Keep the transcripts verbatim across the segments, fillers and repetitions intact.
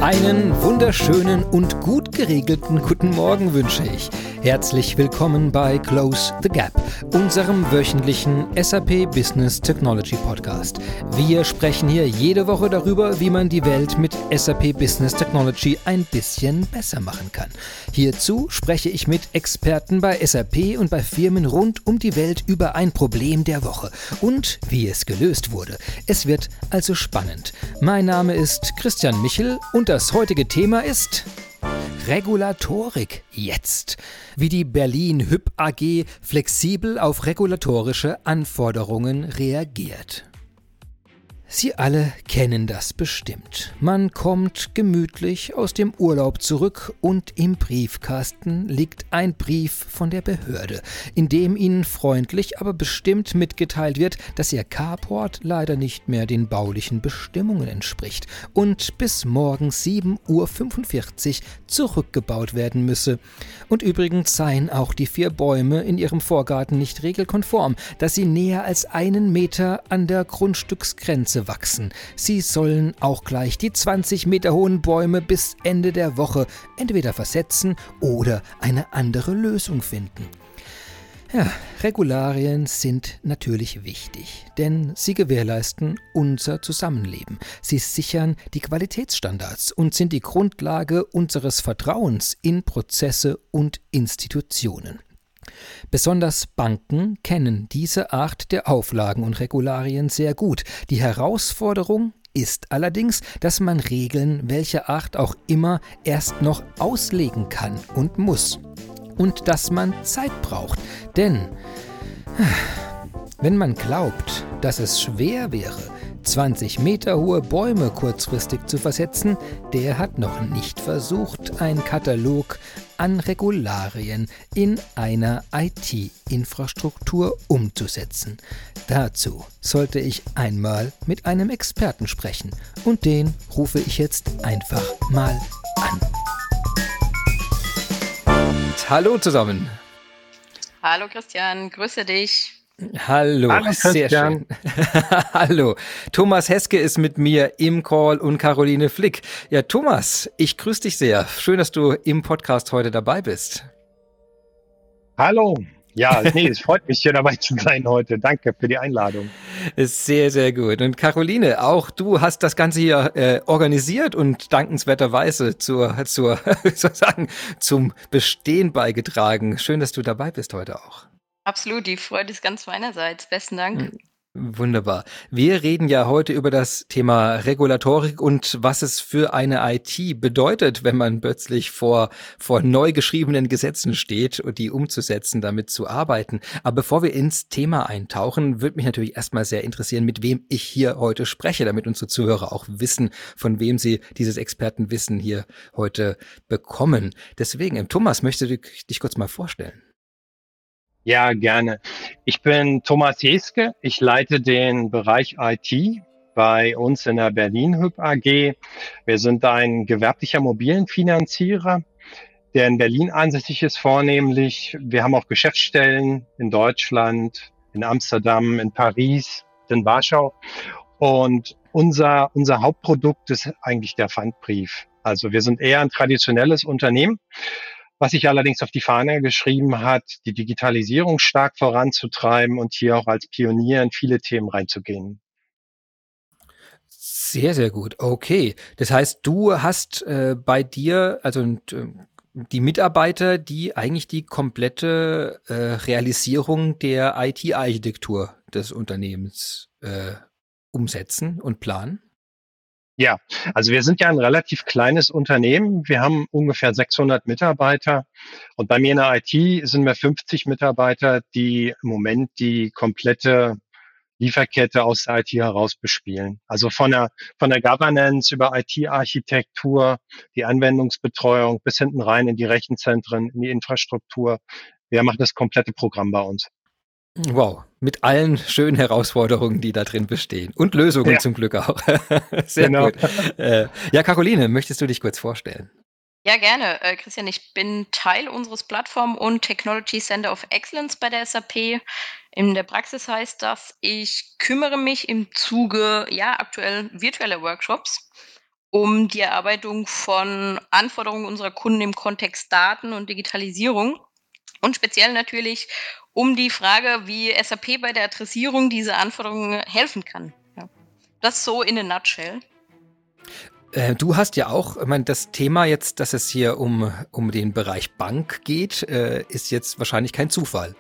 Einen wunderschönen und gut geregelten guten Morgen wünsche ich. Herzlich willkommen bei Close the Gap, unserem wöchentlichen S A P Business Technology Podcast. Wir sprechen hier jede Woche darüber, wie man die Welt mit S A P Business Technology ein bisschen besser machen kann. Hierzu spreche ich mit Experten bei S A P und bei Firmen rund um die Welt über ein Problem der Woche und wie es gelöst wurde. Es wird also spannend. Mein Name ist Christian Michel und das heutige Thema ist Regulatorik jetzt. Wie die Berlin Hyp A G flexibel auf regulatorische Anforderungen reagiert. Sie alle kennen das bestimmt. Man kommt gemütlich aus dem Urlaub zurück und im Briefkasten liegt ein Brief von der Behörde, in dem Ihnen freundlich, aber bestimmt mitgeteilt wird, dass Ihr Carport leider nicht mehr den baulichen Bestimmungen entspricht und bis morgens sieben Uhr fünfundvierzig zurückgebaut werden müsse. Und übrigens seien auch die vier Bäume in Ihrem Vorgarten nicht regelkonform, dass sie näher als einen Meter an der Grundstücksgrenze wachsen. Sie sollen auch gleich die zwanzig Meter hohen Bäume bis Ende der Woche entweder versetzen oder eine andere Lösung finden. Ja, Regularien sind natürlich wichtig, denn sie gewährleisten unser Zusammenleben. Sie sichern die Qualitätsstandards und sind die Grundlage unseres Vertrauens in Prozesse und Institutionen. Besonders Banken kennen diese Art der Auflagen und Regularien sehr gut. Die Herausforderung ist allerdings, dass man Regeln welcher Art auch immer erst noch auslegen kann und muss. Und dass man Zeit braucht. Denn wenn man glaubt, dass es schwer wäre, zwanzig Meter hohe Bäume kurzfristig zu versetzen, der hat noch nicht versucht, einen Katalog an Regularien in einer I T-Infrastruktur umzusetzen. Dazu sollte ich einmal mit einem Experten sprechen und den rufe ich jetzt einfach mal an. Hallo zusammen. Hallo Christian, grüße dich. Hallo, Hallo sehr schön. Hallo, Thomas Heske ist mit mir im Call und Caroline Flick. Ja, Thomas, ich grüße dich sehr. Schön, dass du im Podcast heute dabei bist. Hallo. Ja, nee, es freut mich, hier dabei zu sein heute. Danke für die Einladung. Ist sehr, sehr gut. Und Caroline, auch du hast das Ganze hier äh, organisiert und dankenswerterweise zur, zur, sozusagen zum Bestehen beigetragen. Schön, dass du dabei bist heute auch. Absolut, die Freude ist ganz meinerseits. Besten Dank. Wunderbar. Wir reden ja heute über das Thema Regulatorik und was es für eine I T bedeutet, wenn man plötzlich vor, vor neu geschriebenen Gesetzen steht und die umzusetzen, damit zu arbeiten. Aber bevor wir ins Thema eintauchen, würde mich natürlich erstmal sehr interessieren, mit wem ich hier heute spreche, damit unsere Zuhörer auch wissen, von wem sie dieses Expertenwissen hier heute bekommen. Deswegen, Thomas, möchtest du dich kurz mal vorstellen? Ja, gerne. Ich bin Thomas Heske. Ich leite den Bereich I T bei uns in der Berlin Hyp A G. Wir sind ein gewerblicher Immobilienfinanzierer, der in Berlin ansässig ist vornehmlich. Wir haben auch Geschäftsstellen in Deutschland, in Amsterdam, in Paris, in Warschau. Und unser, unser Hauptprodukt ist eigentlich der Pfandbrief. Also wir sind eher ein traditionelles Unternehmen, was sich allerdings auf die Fahne geschrieben hat, die Digitalisierung stark voranzutreiben und hier auch als Pionier in viele Themen reinzugehen. Sehr, sehr gut. Okay. Das heißt, du hast äh, bei dir, also äh, die Mitarbeiter, die eigentlich die komplette äh, Realisierung der I T-Architektur des Unternehmens äh, umsetzen und planen? Ja, also wir sind ja ein relativ kleines Unternehmen. Wir haben ungefähr sechshundert Mitarbeiter und bei mir in der I T sind wir fünfzig Mitarbeiter, die im Moment die komplette Lieferkette aus der I T heraus bespielen. Also von der, von der Governance über I T-Architektur, die Anwendungsbetreuung bis hinten rein in die Rechenzentren, in die Infrastruktur. Wir machen das komplette Programm bei uns. Wow, mit allen schönen Herausforderungen, die da drin bestehen. Und Lösungen Ja. zum Glück auch. Sehr Genau. gut. Äh, ja, Caroline, möchtest du dich kurz vorstellen? Ja, gerne. Äh, Christian, ich bin Teil unseres Plattform- und Technology Center of Excellence bei der S A P. In der Praxis heißt das, ich kümmere mich im Zuge, ja, aktuell virtueller Workshops um die Erarbeitung von Anforderungen unserer Kunden im Kontext Daten und Digitalisierung und speziell natürlich um die Frage, wie S A P bei der Adressierung dieser Anforderungen helfen kann. Ja. Das so in a nutshell. Äh, du hast ja auch, ich meine, das Thema jetzt, dass es hier um, um den Bereich Bank geht, äh, ist jetzt wahrscheinlich kein Zufall.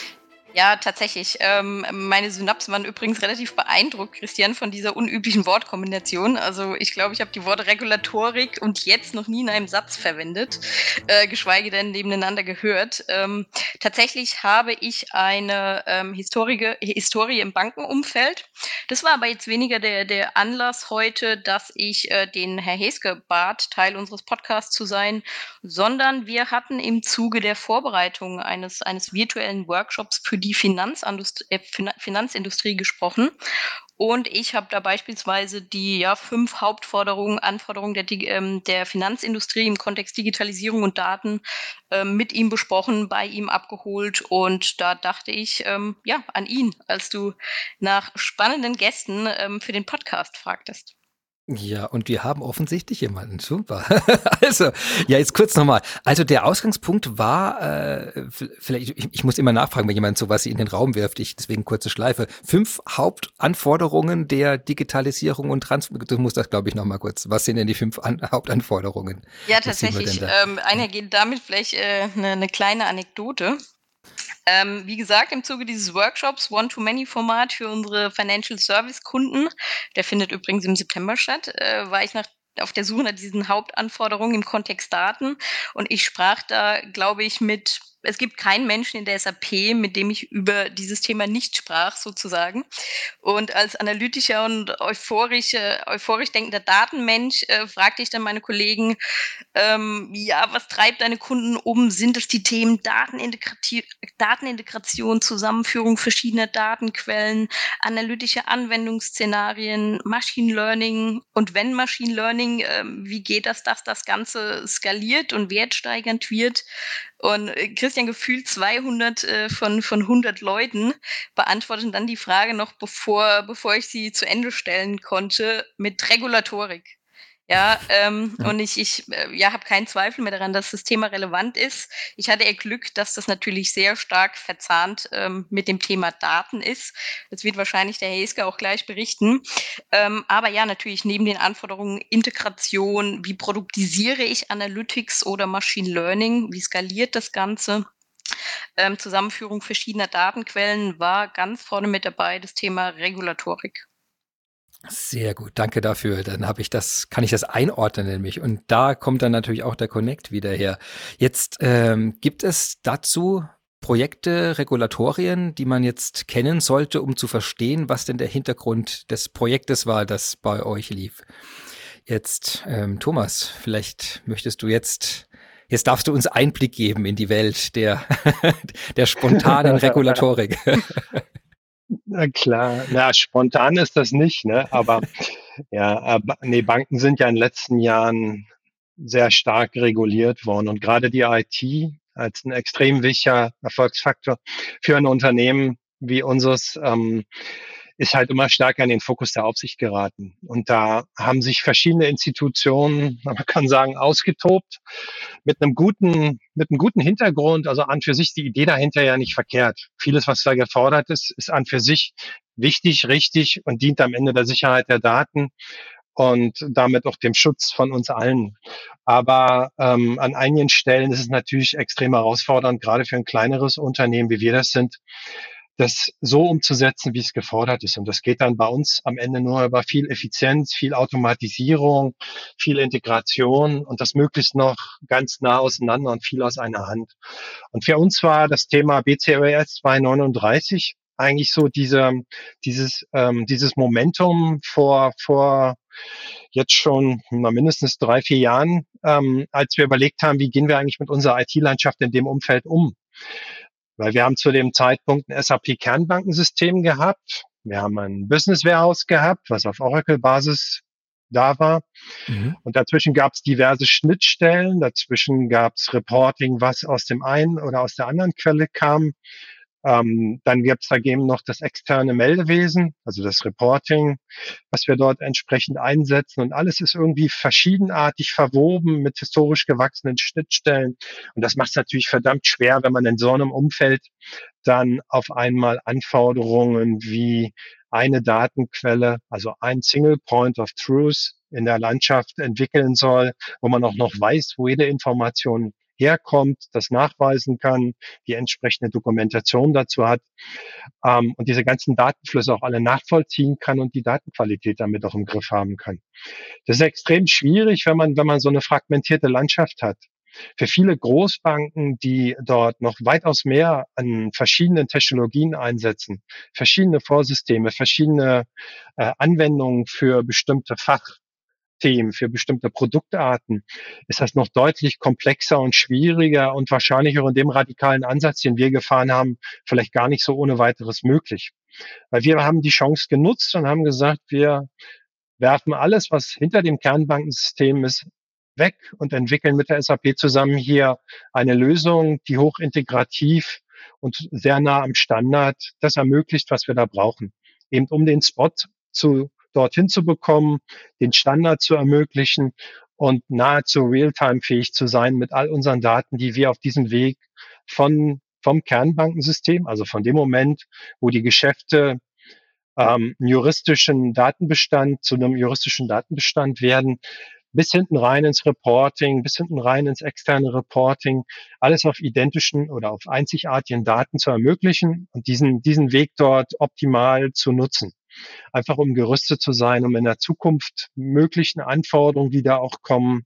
Ja, tatsächlich. Ähm, meine Synapsen waren übrigens relativ beeindruckt, Christian, von dieser unüblichen Wortkombination. Also ich glaube, ich habe die Worte Regulatorik und jetzt noch nie in einem Satz verwendet, äh, geschweige denn nebeneinander gehört. Ähm, tatsächlich habe ich eine ähm, Historie, Historie im Bankenumfeld. Das war aber jetzt weniger der, der Anlass heute, dass ich äh, den Herr Heeske bat, Teil unseres Podcasts zu sein, sondern wir hatten im Zuge der Vorbereitung eines, eines virtuellen Workshops für die Finanzindustrie, äh, Finanzindustrie gesprochen. Und ich habe da beispielsweise die ja, fünf Hauptforderungen, Anforderungen der, ähm, der Finanzindustrie im Kontext Digitalisierung und Daten ähm, mit ihm besprochen, bei ihm abgeholt. Und da dachte ich ähm, ja an ihn, als du nach spannenden Gästen ähm, für den Podcast fragtest. Ja, und wir haben offensichtlich jemanden. Super. Also, ja, jetzt kurz nochmal. Also der Ausgangspunkt war, äh, vielleicht, ich, ich muss immer nachfragen, wenn jemand sowas in den Raum wirft, ich deswegen kurze Schleife. Fünf Hauptanforderungen der Digitalisierung und Transformation. Du musst das, glaube ich, nochmal kurz. Was sind denn die fünf An Hauptanforderungen? Ja, tatsächlich. Ähm, einhergeht damit vielleicht äh, eine, eine kleine Anekdote. Ähm, wie gesagt, im Zuge dieses Workshops One-to-Many-Format für unsere Financial Service-Kunden, der findet übrigens im September statt, äh, war ich nach auf der Suche nach diesen Hauptanforderungen im Kontext Daten und ich sprach da, glaube ich, mit es gibt keinen Menschen in der S A P, mit dem ich über dieses Thema nicht sprach, sozusagen. Und als analytischer und euphorisch, euphorisch denkender Datenmensch äh, fragte ich dann meine Kollegen, ähm, ja, was treibt deine Kunden um? Sind es die Themen Datenintegration, Datenintegration, Zusammenführung verschiedener Datenquellen, analytische Anwendungsszenarien, Machine Learning? Und wenn Machine Learning, äh, wie geht das, dass das Ganze skaliert und wertsteigernd wird? Und Christian, gefühlt zweihundert äh, von, von hundert Leuten beantworten dann die Frage noch, bevor, bevor ich sie zu Ende stellen konnte, mit Regulatorik. Ja, ähm, ja. und ich, ich äh, ja, habe keinen Zweifel mehr daran, dass das Thema relevant ist. Ich hatte eher Glück, dass das natürlich sehr stark verzahnt ähm, mit dem Thema Daten ist. Das wird wahrscheinlich der Herr Heeske auch gleich berichten. Ähm, aber ja, natürlich neben den Anforderungen Integration, wie produktisiere ich Analytics oder Machine Learning, wie skaliert das Ganze? Ähm, Zusammenführung verschiedener Datenquellen war ganz vorne mit dabei, das Thema Regulatorik. Sehr gut, danke dafür. Dann habe ich das, kann ich das einordnen nämlich. Und da kommt dann natürlich auch der Connect wieder her. Jetzt ähm, gibt es dazu Projekte, Regulatorien, die man jetzt kennen sollte, um zu verstehen, was denn der Hintergrund des Projektes war, das bei euch lief. Jetzt, ähm, Thomas, vielleicht möchtest du jetzt, jetzt darfst du uns Einblick geben in die Welt der, der spontanen Regulatorik. Na klar, na, spontan ist das nicht, ne? Aber ja, nee, Banken sind ja in den letzten Jahren sehr stark reguliert worden und gerade die I T als ein extrem wichtiger Erfolgsfaktor für ein Unternehmen wie unseres ähm, ist halt immer stärker in den Fokus der Aufsicht geraten. Und da haben sich verschiedene Institutionen, man kann sagen, ausgetobt mit einem guten, mit einem guten Hintergrund. Also an für sich die Idee dahinter ja nicht verkehrt. Vieles, was da gefordert ist, ist an für sich wichtig, richtig und dient am Ende der Sicherheit der Daten und damit auch dem Schutz von uns allen. Aber ähm, an einigen Stellen ist es natürlich extrem herausfordernd, gerade für ein kleineres Unternehmen, wie wir das sind, das so umzusetzen, wie es gefordert ist. Und das geht dann bei uns am Ende nur über viel Effizienz, viel Automatisierung, viel Integration und das möglichst noch ganz nah auseinander und viel aus einer Hand. Und für uns war das Thema B C O S zweihundertneununddreißig eigentlich so diese, dieses, ähm, dieses Momentum vor, vor jetzt schon na, mindestens drei, vier Jahren, ähm, als wir überlegt haben, wie gehen wir eigentlich mit unserer I T-Landschaft in dem Umfeld um. Weil wir haben zu dem Zeitpunkt ein S A P-Kernbankensystem gehabt. Wir haben ein Business Warehouse gehabt, was auf Oracle-Basis da war. Mhm. Und dazwischen gab es diverse Schnittstellen. Dazwischen gab es Reporting, was aus dem einen oder aus der anderen Quelle kam. Ähm, dann gibt es dagegen noch das externe Meldewesen, also das Reporting, was wir dort entsprechend einsetzen. Und alles ist irgendwie verschiedenartig verwoben mit historisch gewachsenen Schnittstellen. Und das macht es natürlich verdammt schwer, wenn man in so einem Umfeld dann auf einmal Anforderungen wie eine Datenquelle, also ein Single Point of Truth in der Landschaft entwickeln soll, wo man auch noch weiß, wo jede Information herkommt, das nachweisen kann, die entsprechende Dokumentation dazu hat, ähm, und diese ganzen Datenflüsse auch alle nachvollziehen kann und die Datenqualität damit auch im Griff haben kann. Das ist extrem schwierig, wenn man, wenn man so eine fragmentierte Landschaft hat. Für viele Großbanken, die dort noch weitaus mehr an verschiedenen Technologien einsetzen, verschiedene Vorsysteme, verschiedene äh, Anwendungen für bestimmte Fachthemen, für bestimmte Produktarten, ist das noch deutlich komplexer und schwieriger und wahrscheinlich auch in dem radikalen Ansatz, den wir gefahren haben, vielleicht gar nicht so ohne weiteres möglich. Weil wir haben die Chance genutzt und haben gesagt, wir werfen alles, was hinter dem Kernbankensystem ist, weg und entwickeln mit der S A P zusammen hier eine Lösung, die hochintegrativ und sehr nah am Standard das ermöglicht, was wir da brauchen. Eben um den Spot zu dorthin zu bekommen, den Standard zu ermöglichen und nahezu realtime-fähig zu sein mit all unseren Daten, die wir auf diesem Weg von vom Kernbankensystem, also von dem Moment, wo die Geschäfte ähm, einen juristischen Datenbestand zu einem juristischen Datenbestand werden, bis hinten rein ins Reporting, bis hinten rein ins externe Reporting, alles auf identischen oder auf einzigartigen Daten zu ermöglichen und diesen, diesen Weg dort optimal zu nutzen. Einfach um gerüstet zu sein, um in der Zukunft möglichen Anforderungen, die da auch kommen,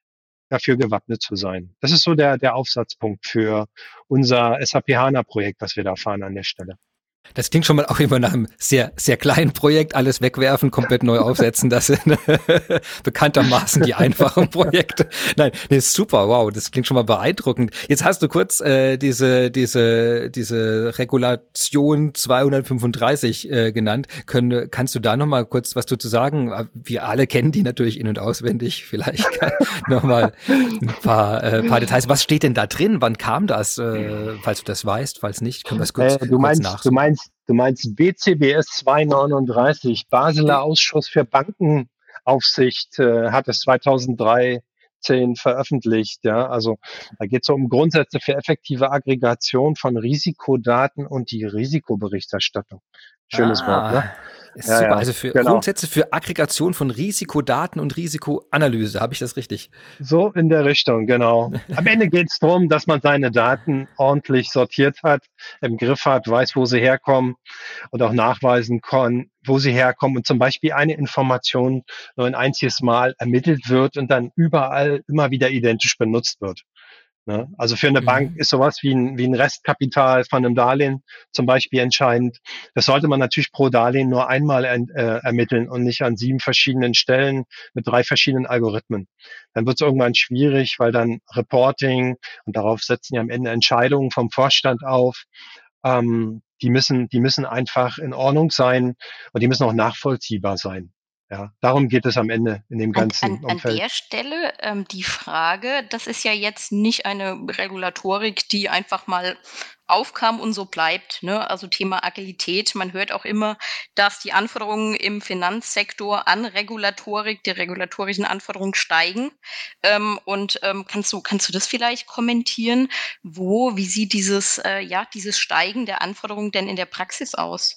dafür gewappnet zu sein. Das ist so der, der Aufsatzpunkt für unser S A P HANA-Projekt, was wir da fahren an der Stelle. Das klingt schon mal auch immer nach einem sehr, sehr kleinen Projekt. Alles wegwerfen, komplett neu aufsetzen. Das sind bekanntermaßen die einfachen Projekte. Nein, nee, ist super. Wow, das klingt schon mal beeindruckend. Jetzt hast du kurz äh, diese, diese, diese Regulation zweihundertfünfunddreißig äh, genannt. Können, kannst du da noch mal kurz was dazu sagen? Wir alle kennen die natürlich in- und auswendig. Vielleicht noch mal ein paar, äh, paar Details. Was steht denn da drin? Wann kam das? Äh, falls du das weißt, falls nicht, können wir es kurz, äh, du meinst, kurz du meinst Du meinst B C B S zweihundertneununddreißig, Basler Ausschuss für Bankenaufsicht, äh, hat es zweitausenddreizehn veröffentlicht. Ja, also da geht es um Grundsätze für effektive Aggregation von Risikodaten und die Risikoberichterstattung. Schönes ah, Wort, ne? Ist Ja, super. ja, Also für genau. Grundsätze für Aggregation von Risikodaten und Risikoanalyse. Habe ich das richtig? So in der Richtung, genau. Am Ende geht es darum, dass man seine Daten ordentlich sortiert hat, im Griff hat, weiß, wo sie herkommen und auch nachweisen kann, wo sie herkommen und zum Beispiel eine Information nur ein einziges Mal ermittelt wird und dann überall immer wieder identisch benutzt wird. Ne? Also für eine Mhm. Bank ist sowas wie ein, wie ein Restkapital von einem Darlehen zum Beispiel entscheidend. Das sollte man natürlich pro Darlehen nur einmal ent, äh, ermitteln und nicht an sieben verschiedenen Stellen mit drei verschiedenen Algorithmen. Dann wird es irgendwann schwierig, weil dann Reporting und darauf setzen ja am Ende Entscheidungen vom Vorstand auf. Ähm, die müssen, die müssen einfach in Ordnung sein und die müssen auch nachvollziehbar sein. Ja, darum geht es am Ende in dem An, ganzen an, an Umfeld. der Stelle ähm, die Frage, das ist ja jetzt nicht eine Regulatorik, die einfach mal aufkam und so bleibt. Ne? Also Thema Agilität. Man hört auch immer, dass die Anforderungen im Finanzsektor an Regulatorik, die regulatorischen Anforderungen steigen. Ähm, und ähm, kannst du, kannst du das vielleicht kommentieren? Wo, wie sieht dieses, äh, ja, dieses Steigen der Anforderungen denn in der Praxis aus?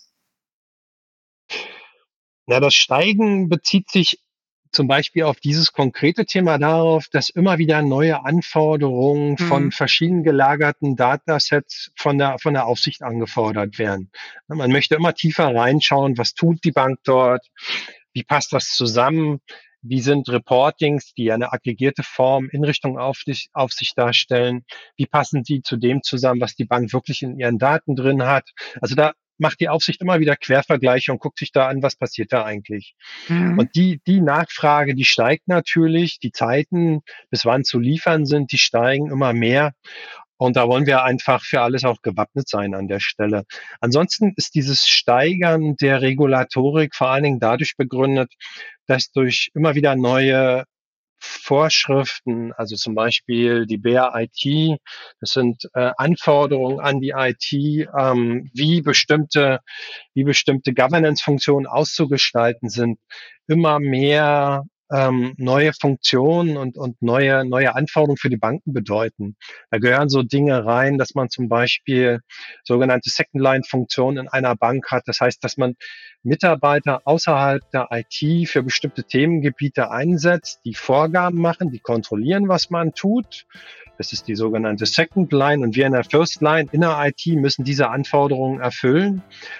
Ja, das Steigen bezieht sich zum Beispiel auf dieses konkrete Thema darauf, dass immer wieder neue Anforderungen von Mhm. verschieden gelagerten Datasets von der, von der Aufsicht angefordert werden. Man möchte immer tiefer reinschauen, was tut die Bank dort, wie passt das zusammen, wie sind Reportings, die eine aggregierte Form in Richtung Aufsicht, Aufsicht darstellen, wie passen die zu dem zusammen, was die Bank wirklich in ihren Daten drin hat. Also da macht die Aufsicht immer wieder Quervergleiche und guckt sich da an, was passiert da eigentlich. Mhm. Und die, die Nachfrage, die steigt natürlich, die Zeiten, bis wann zu liefern sind, die steigen immer mehr. Und da wollen wir einfach für alles auch gewappnet sein an der Stelle. Ansonsten ist dieses Steigern der Regulatorik vor allen Dingen dadurch begründet, dass durch immer wieder neue Vorschriften, also zum Beispiel die B A I T, das sind äh, Anforderungen an die I T, ähm, wie bestimmte, wie bestimmte Governance-Funktionen auszugestalten sind, immer mehr ähm, neue Funktionen und, und neue, neue Anforderungen für die Banken bedeuten. Da gehören so Dinge rein, dass man zum Beispiel sogenannte Second-Line-Funktionen in einer Bank hat. Das heißt, dass man Mitarbeiter außerhalb der I T für bestimmte Themengebiete einsetzt, die Vorgaben machen, die kontrollieren, was man tut. Das ist die sogenannte Second Line. Und wir in der First Line in der I T müssen diese Anforderungen erfüllen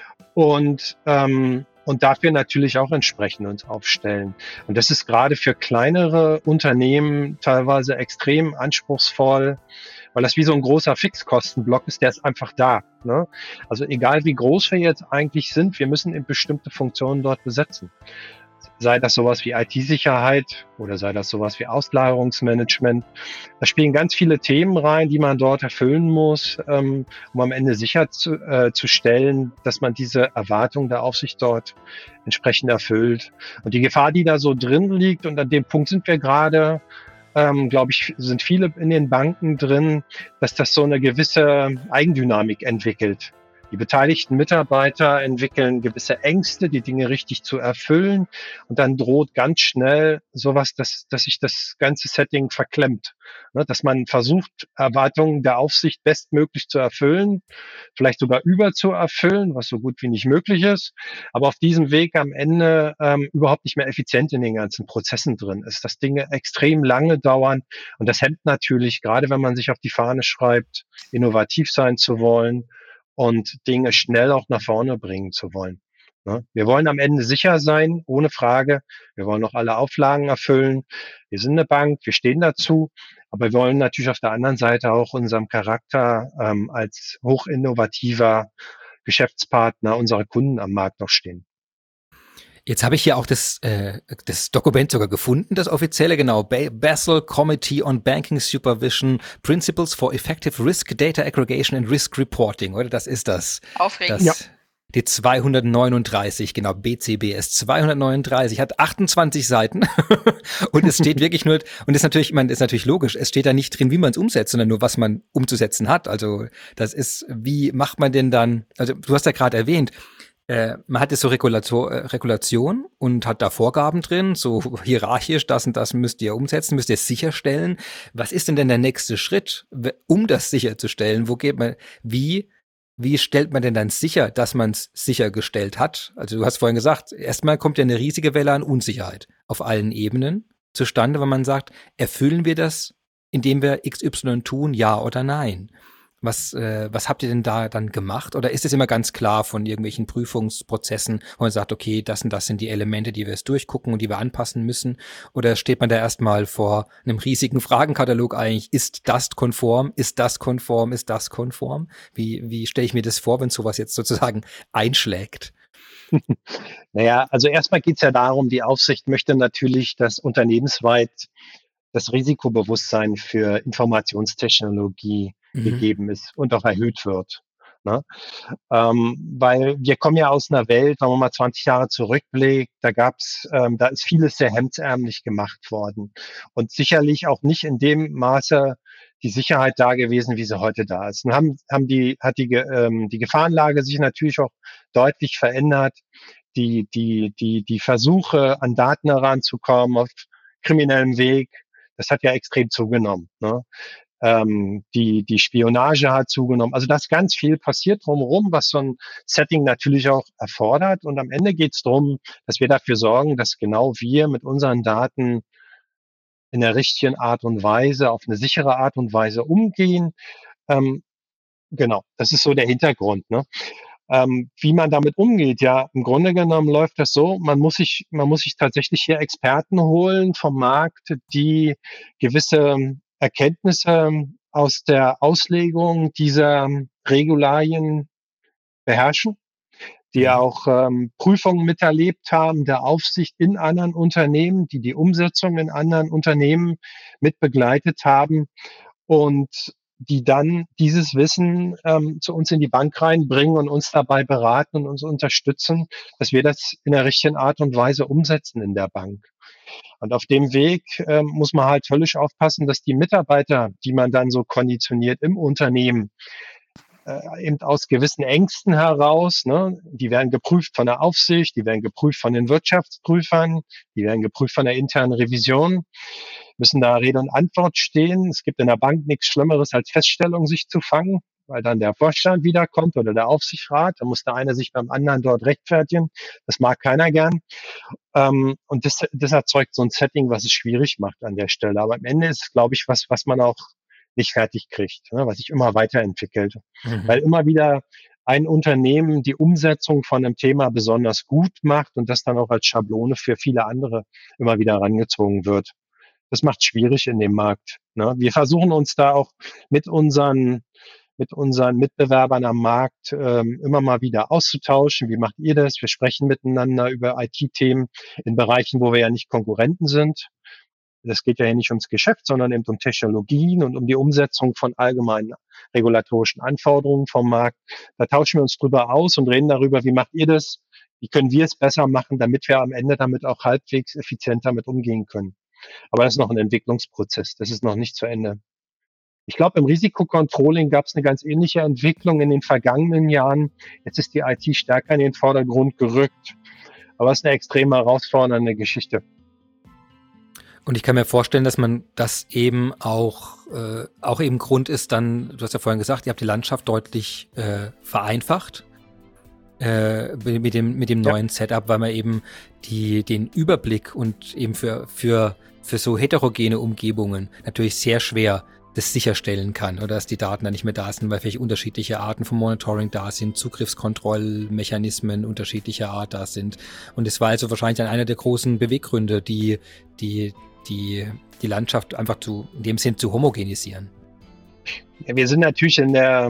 und, ähm, und dafür natürlich auch entsprechend uns aufstellen. Und das ist gerade für kleinere Unternehmen teilweise extrem anspruchsvoll, weil das wie so ein großer Fixkostenblock ist, der ist einfach da. Ne? Also egal wie groß wir jetzt eigentlich sind, wir müssen eben bestimmte Funktionen dort besetzen. Sei das sowas wie I T-Sicherheit oder sei das sowas wie Auslagerungsmanagement. Da spielen ganz viele Themen rein, die man dort erfüllen muss, ähm, um am Ende sicher zu, äh, zu stellen, dass man diese Erwartung der Aufsicht dort entsprechend erfüllt. Und die Gefahr, die da so drin liegt, und an dem Punkt sind wir gerade, ähm, glaube ich, sind viele in den Banken drin, dass das so eine gewisse Eigendynamik entwickelt. Die beteiligten Mitarbeiter entwickeln gewisse Ängste, die Dinge richtig zu erfüllen. Und dann droht ganz schnell sowas, dass, dass sich das ganze Setting verklemmt. Ne, dass man versucht, Erwartungen der Aufsicht bestmöglich zu erfüllen, vielleicht sogar überzuerfüllen, was so gut wie nicht möglich ist. Aber auf diesem Weg am Ende ähm, überhaupt nicht mehr effizient in den ganzen Prozessen drin ist, dass Dinge extrem lange dauern. Und das hemmt natürlich, gerade wenn man sich auf die Fahne schreibt, innovativ sein zu wollen und Dinge schnell auch nach vorne bringen zu wollen. Wir wollen am Ende sicher sein, ohne Frage. Wir wollen auch alle Auflagen erfüllen. Wir sind eine Bank, wir stehen dazu. Aber wir wollen natürlich auf der anderen Seite auch unserem Charakter ähm, als hochinnovativer Geschäftspartner unserer Kunden am Markt noch stehen. Jetzt habe ich hier auch das, äh, das Dokument sogar gefunden, das offizielle, genau. Ba- Basel Committee on Banking Supervision Principles for Effective Risk Data Aggregation and Risk Reporting, oder? Das ist das. Aufregend. Das, ja. Die zweihundertneununddreißig, genau, B C B S zweihundertneununddreißig, hat achtundzwanzig Seiten und es steht wirklich nur, und ist natürlich, man ist natürlich logisch, es steht da nicht drin, wie man es umsetzt, sondern nur, was man umzusetzen hat. Also das ist, wie macht man denn dann, also du hast ja gerade erwähnt, Äh, man hat jetzt so Regulator, äh, Regulation und hat da Vorgaben drin, so hierarchisch, das und das müsst ihr umsetzen, müsst ihr sicherstellen. Was ist denn denn der nächste Schritt, um das sicherzustellen? Wo geht man, wie, wie stellt man denn dann sicher, dass man es sichergestellt hat? Also du hast vorhin gesagt, erstmal kommt ja eine riesige Welle an Unsicherheit auf allen Ebenen zustande, wenn man sagt, erfüllen wir das, indem wir X Y tun, ja oder nein? Was, äh, was habt ihr denn da dann gemacht? Oder ist es immer ganz klar von irgendwelchen Prüfungsprozessen, wo man sagt, okay, das und das sind die Elemente, die wir jetzt durchgucken und die wir anpassen müssen? Oder steht man da erstmal vor einem riesigen Fragenkatalog eigentlich, ist das konform, ist das konform, ist das konform? Wie, wie stelle ich mir das vor, wenn sowas jetzt sozusagen einschlägt? Naja, also erstmal geht es ja darum, die Aufsicht möchte natürlich, dass unternehmensweit das Risikobewusstsein für Informationstechnologie mhm. gegeben ist und auch erhöht wird. Ne? Ähm, weil wir kommen ja aus einer Welt, wenn man mal zwanzig Jahre zurückblickt, da gab's, ähm, da ist vieles sehr hemdsärmlich gemacht worden und sicherlich auch nicht in dem Maße die Sicherheit da gewesen, wie sie heute da ist. Und haben, haben die, hat die, ähm, die Gefahrenlage sich natürlich auch deutlich verändert. Die, die, die, die Versuche, an Daten heranzukommen auf kriminellem Weg, das hat ja extrem zugenommen. Ne? Ähm, die, die Spionage hat zugenommen. Also da ist ganz viel passiert drumherum, was so ein Setting natürlich auch erfordert. Und am Ende geht es darum, dass wir dafür sorgen, dass genau wir mit unseren Daten in der richtigen Art und Weise, auf eine sichere Art und Weise umgehen. Ähm, genau, das ist so der Hintergrund. Ne? Ähm, wie man damit umgeht, ja, im Grunde genommen läuft das so, man muss sich, man muss sich tatsächlich hier Experten holen vom Markt, die gewisse Erkenntnisse aus der Auslegung dieser Regularien beherrschen, die auch ähm, Prüfungen miterlebt haben der Aufsicht in anderen Unternehmen, die die Umsetzung in anderen Unternehmen mit begleitet haben und die dann dieses Wissen ähm, zu uns in die Bank reinbringen und uns dabei beraten und uns unterstützen, dass wir das in der richtigen Art und Weise umsetzen in der Bank. Und auf dem Weg äh, muss man halt höllisch aufpassen, dass die Mitarbeiter, die man dann so konditioniert im Unternehmen, äh, eben aus gewissen Ängsten heraus, ne, die werden geprüft von der Aufsicht, die werden geprüft von den Wirtschaftsprüfern, die werden geprüft von der internen Revision, müssen da Rede und Antwort stehen. Es gibt in der Bank nichts Schlimmeres, als Feststellungen sich zu fangen, weil dann der Vorstand wiederkommt oder der Aufsichtsrat. Da muss der eine sich beim anderen dort rechtfertigen. Das mag keiner gern. Ähm, und das, das erzeugt so ein Setting, was es schwierig macht an der Stelle. Aber am Ende ist es, glaube ich, was, was man auch nicht fertig kriegt, ne, was sich immer weiterentwickelt. Mhm. Weil immer wieder ein Unternehmen die Umsetzung von einem Thema besonders gut macht und das dann auch als Schablone für viele andere immer wieder herangezogen wird. Das macht es schwierig in dem Markt. Ne? Wir versuchen uns da auch mit unseren mit unseren Mitbewerbern am Markt ähm, immer mal wieder auszutauschen. Wie macht ihr das? Wir sprechen miteinander über I T-Themen in Bereichen, wo wir ja nicht Konkurrenten sind. Das geht ja hier nicht ums Geschäft, sondern eben um Technologien und um die Umsetzung von allgemeinen regulatorischen Anforderungen vom Markt. Da tauschen wir uns drüber aus und reden darüber, wie macht ihr das? Wie können wir es besser machen, damit wir am Ende damit auch halbwegs effizient damit umgehen können? Aber das ist noch ein Entwicklungsprozess. Das ist noch nicht zu Ende. Ich glaube, im Risikocontrolling gab es eine ganz ähnliche Entwicklung in den vergangenen Jahren. Jetzt ist die I T stärker in den Vordergrund gerückt. Aber es ist eine extrem herausfordernde Geschichte. Und ich kann mir vorstellen, dass man das eben auch, äh, auch eben Grund ist dann, du hast ja vorhin gesagt, ihr habt die Landschaft deutlich äh, vereinfacht äh, mit dem, mit dem neuen ja. Setup, weil man eben die, den Überblick und eben für, für, für so heterogene Umgebungen natürlich sehr schwer das sicherstellen kann oder dass die Daten dann nicht mehr da sind, weil vielleicht unterschiedliche Arten von Monitoring da sind, Zugriffskontrollmechanismen unterschiedlicher Art da sind. Und es war also wahrscheinlich dann einer der großen Beweggründe, die, die, die, die Landschaft einfach zu, in dem Sinn zu homogenisieren. Ja, wir sind natürlich in der,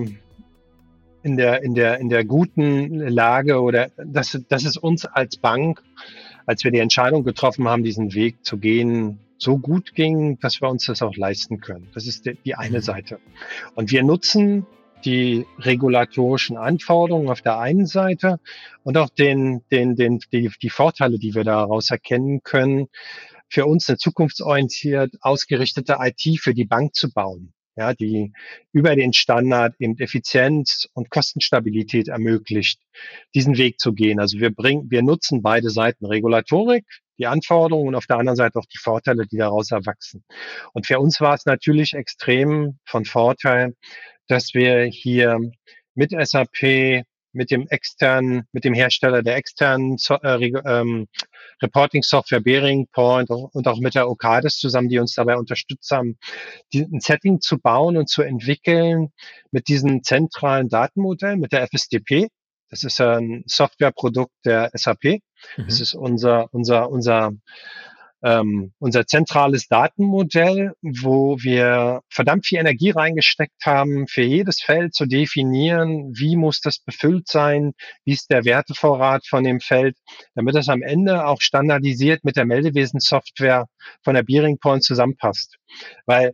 in der, in der, in der guten Lage oder das, das ist uns als Bank, als wir die Entscheidung getroffen haben, diesen Weg zu gehen, so gut ging, dass wir uns das auch leisten können. Das ist die, die eine Seite. Und wir nutzen die regulatorischen Anforderungen auf der einen Seite und auch den, den, den, die, die Vorteile, die wir daraus erkennen können, für uns eine zukunftsorientiert ausgerichtete I T für die Bank zu bauen. Ja, die über den Standard eben Effizienz und Kostenstabilität ermöglicht, diesen Weg zu gehen. Also wir bringen, wir nutzen beide Seiten, Regulatorik, die Anforderungen und auf der anderen Seite auch die Vorteile, die daraus erwachsen. Und für uns war es natürlich extrem von Vorteil, dass wir hier mit S A P, mit dem externen, mit dem Hersteller der externen äh, ähm, Reporting-Software Bearing Point und auch mit der Ocades zusammen, die uns dabei unterstützt haben, die, ein Setting zu bauen und zu entwickeln mit diesem zentralen Datenmodell, mit der F S D P. Das ist ein Softwareprodukt der S A P. Mhm. Das ist unser, unser, unser, ähm, unser zentrales Datenmodell, wo wir verdammt viel Energie reingesteckt haben, für jedes Feld zu definieren, wie muss das befüllt sein, wie ist der Wertevorrat von dem Feld, damit das am Ende auch standardisiert mit der Meldewesen-Software von der Bearing Point zusammenpasst. Weil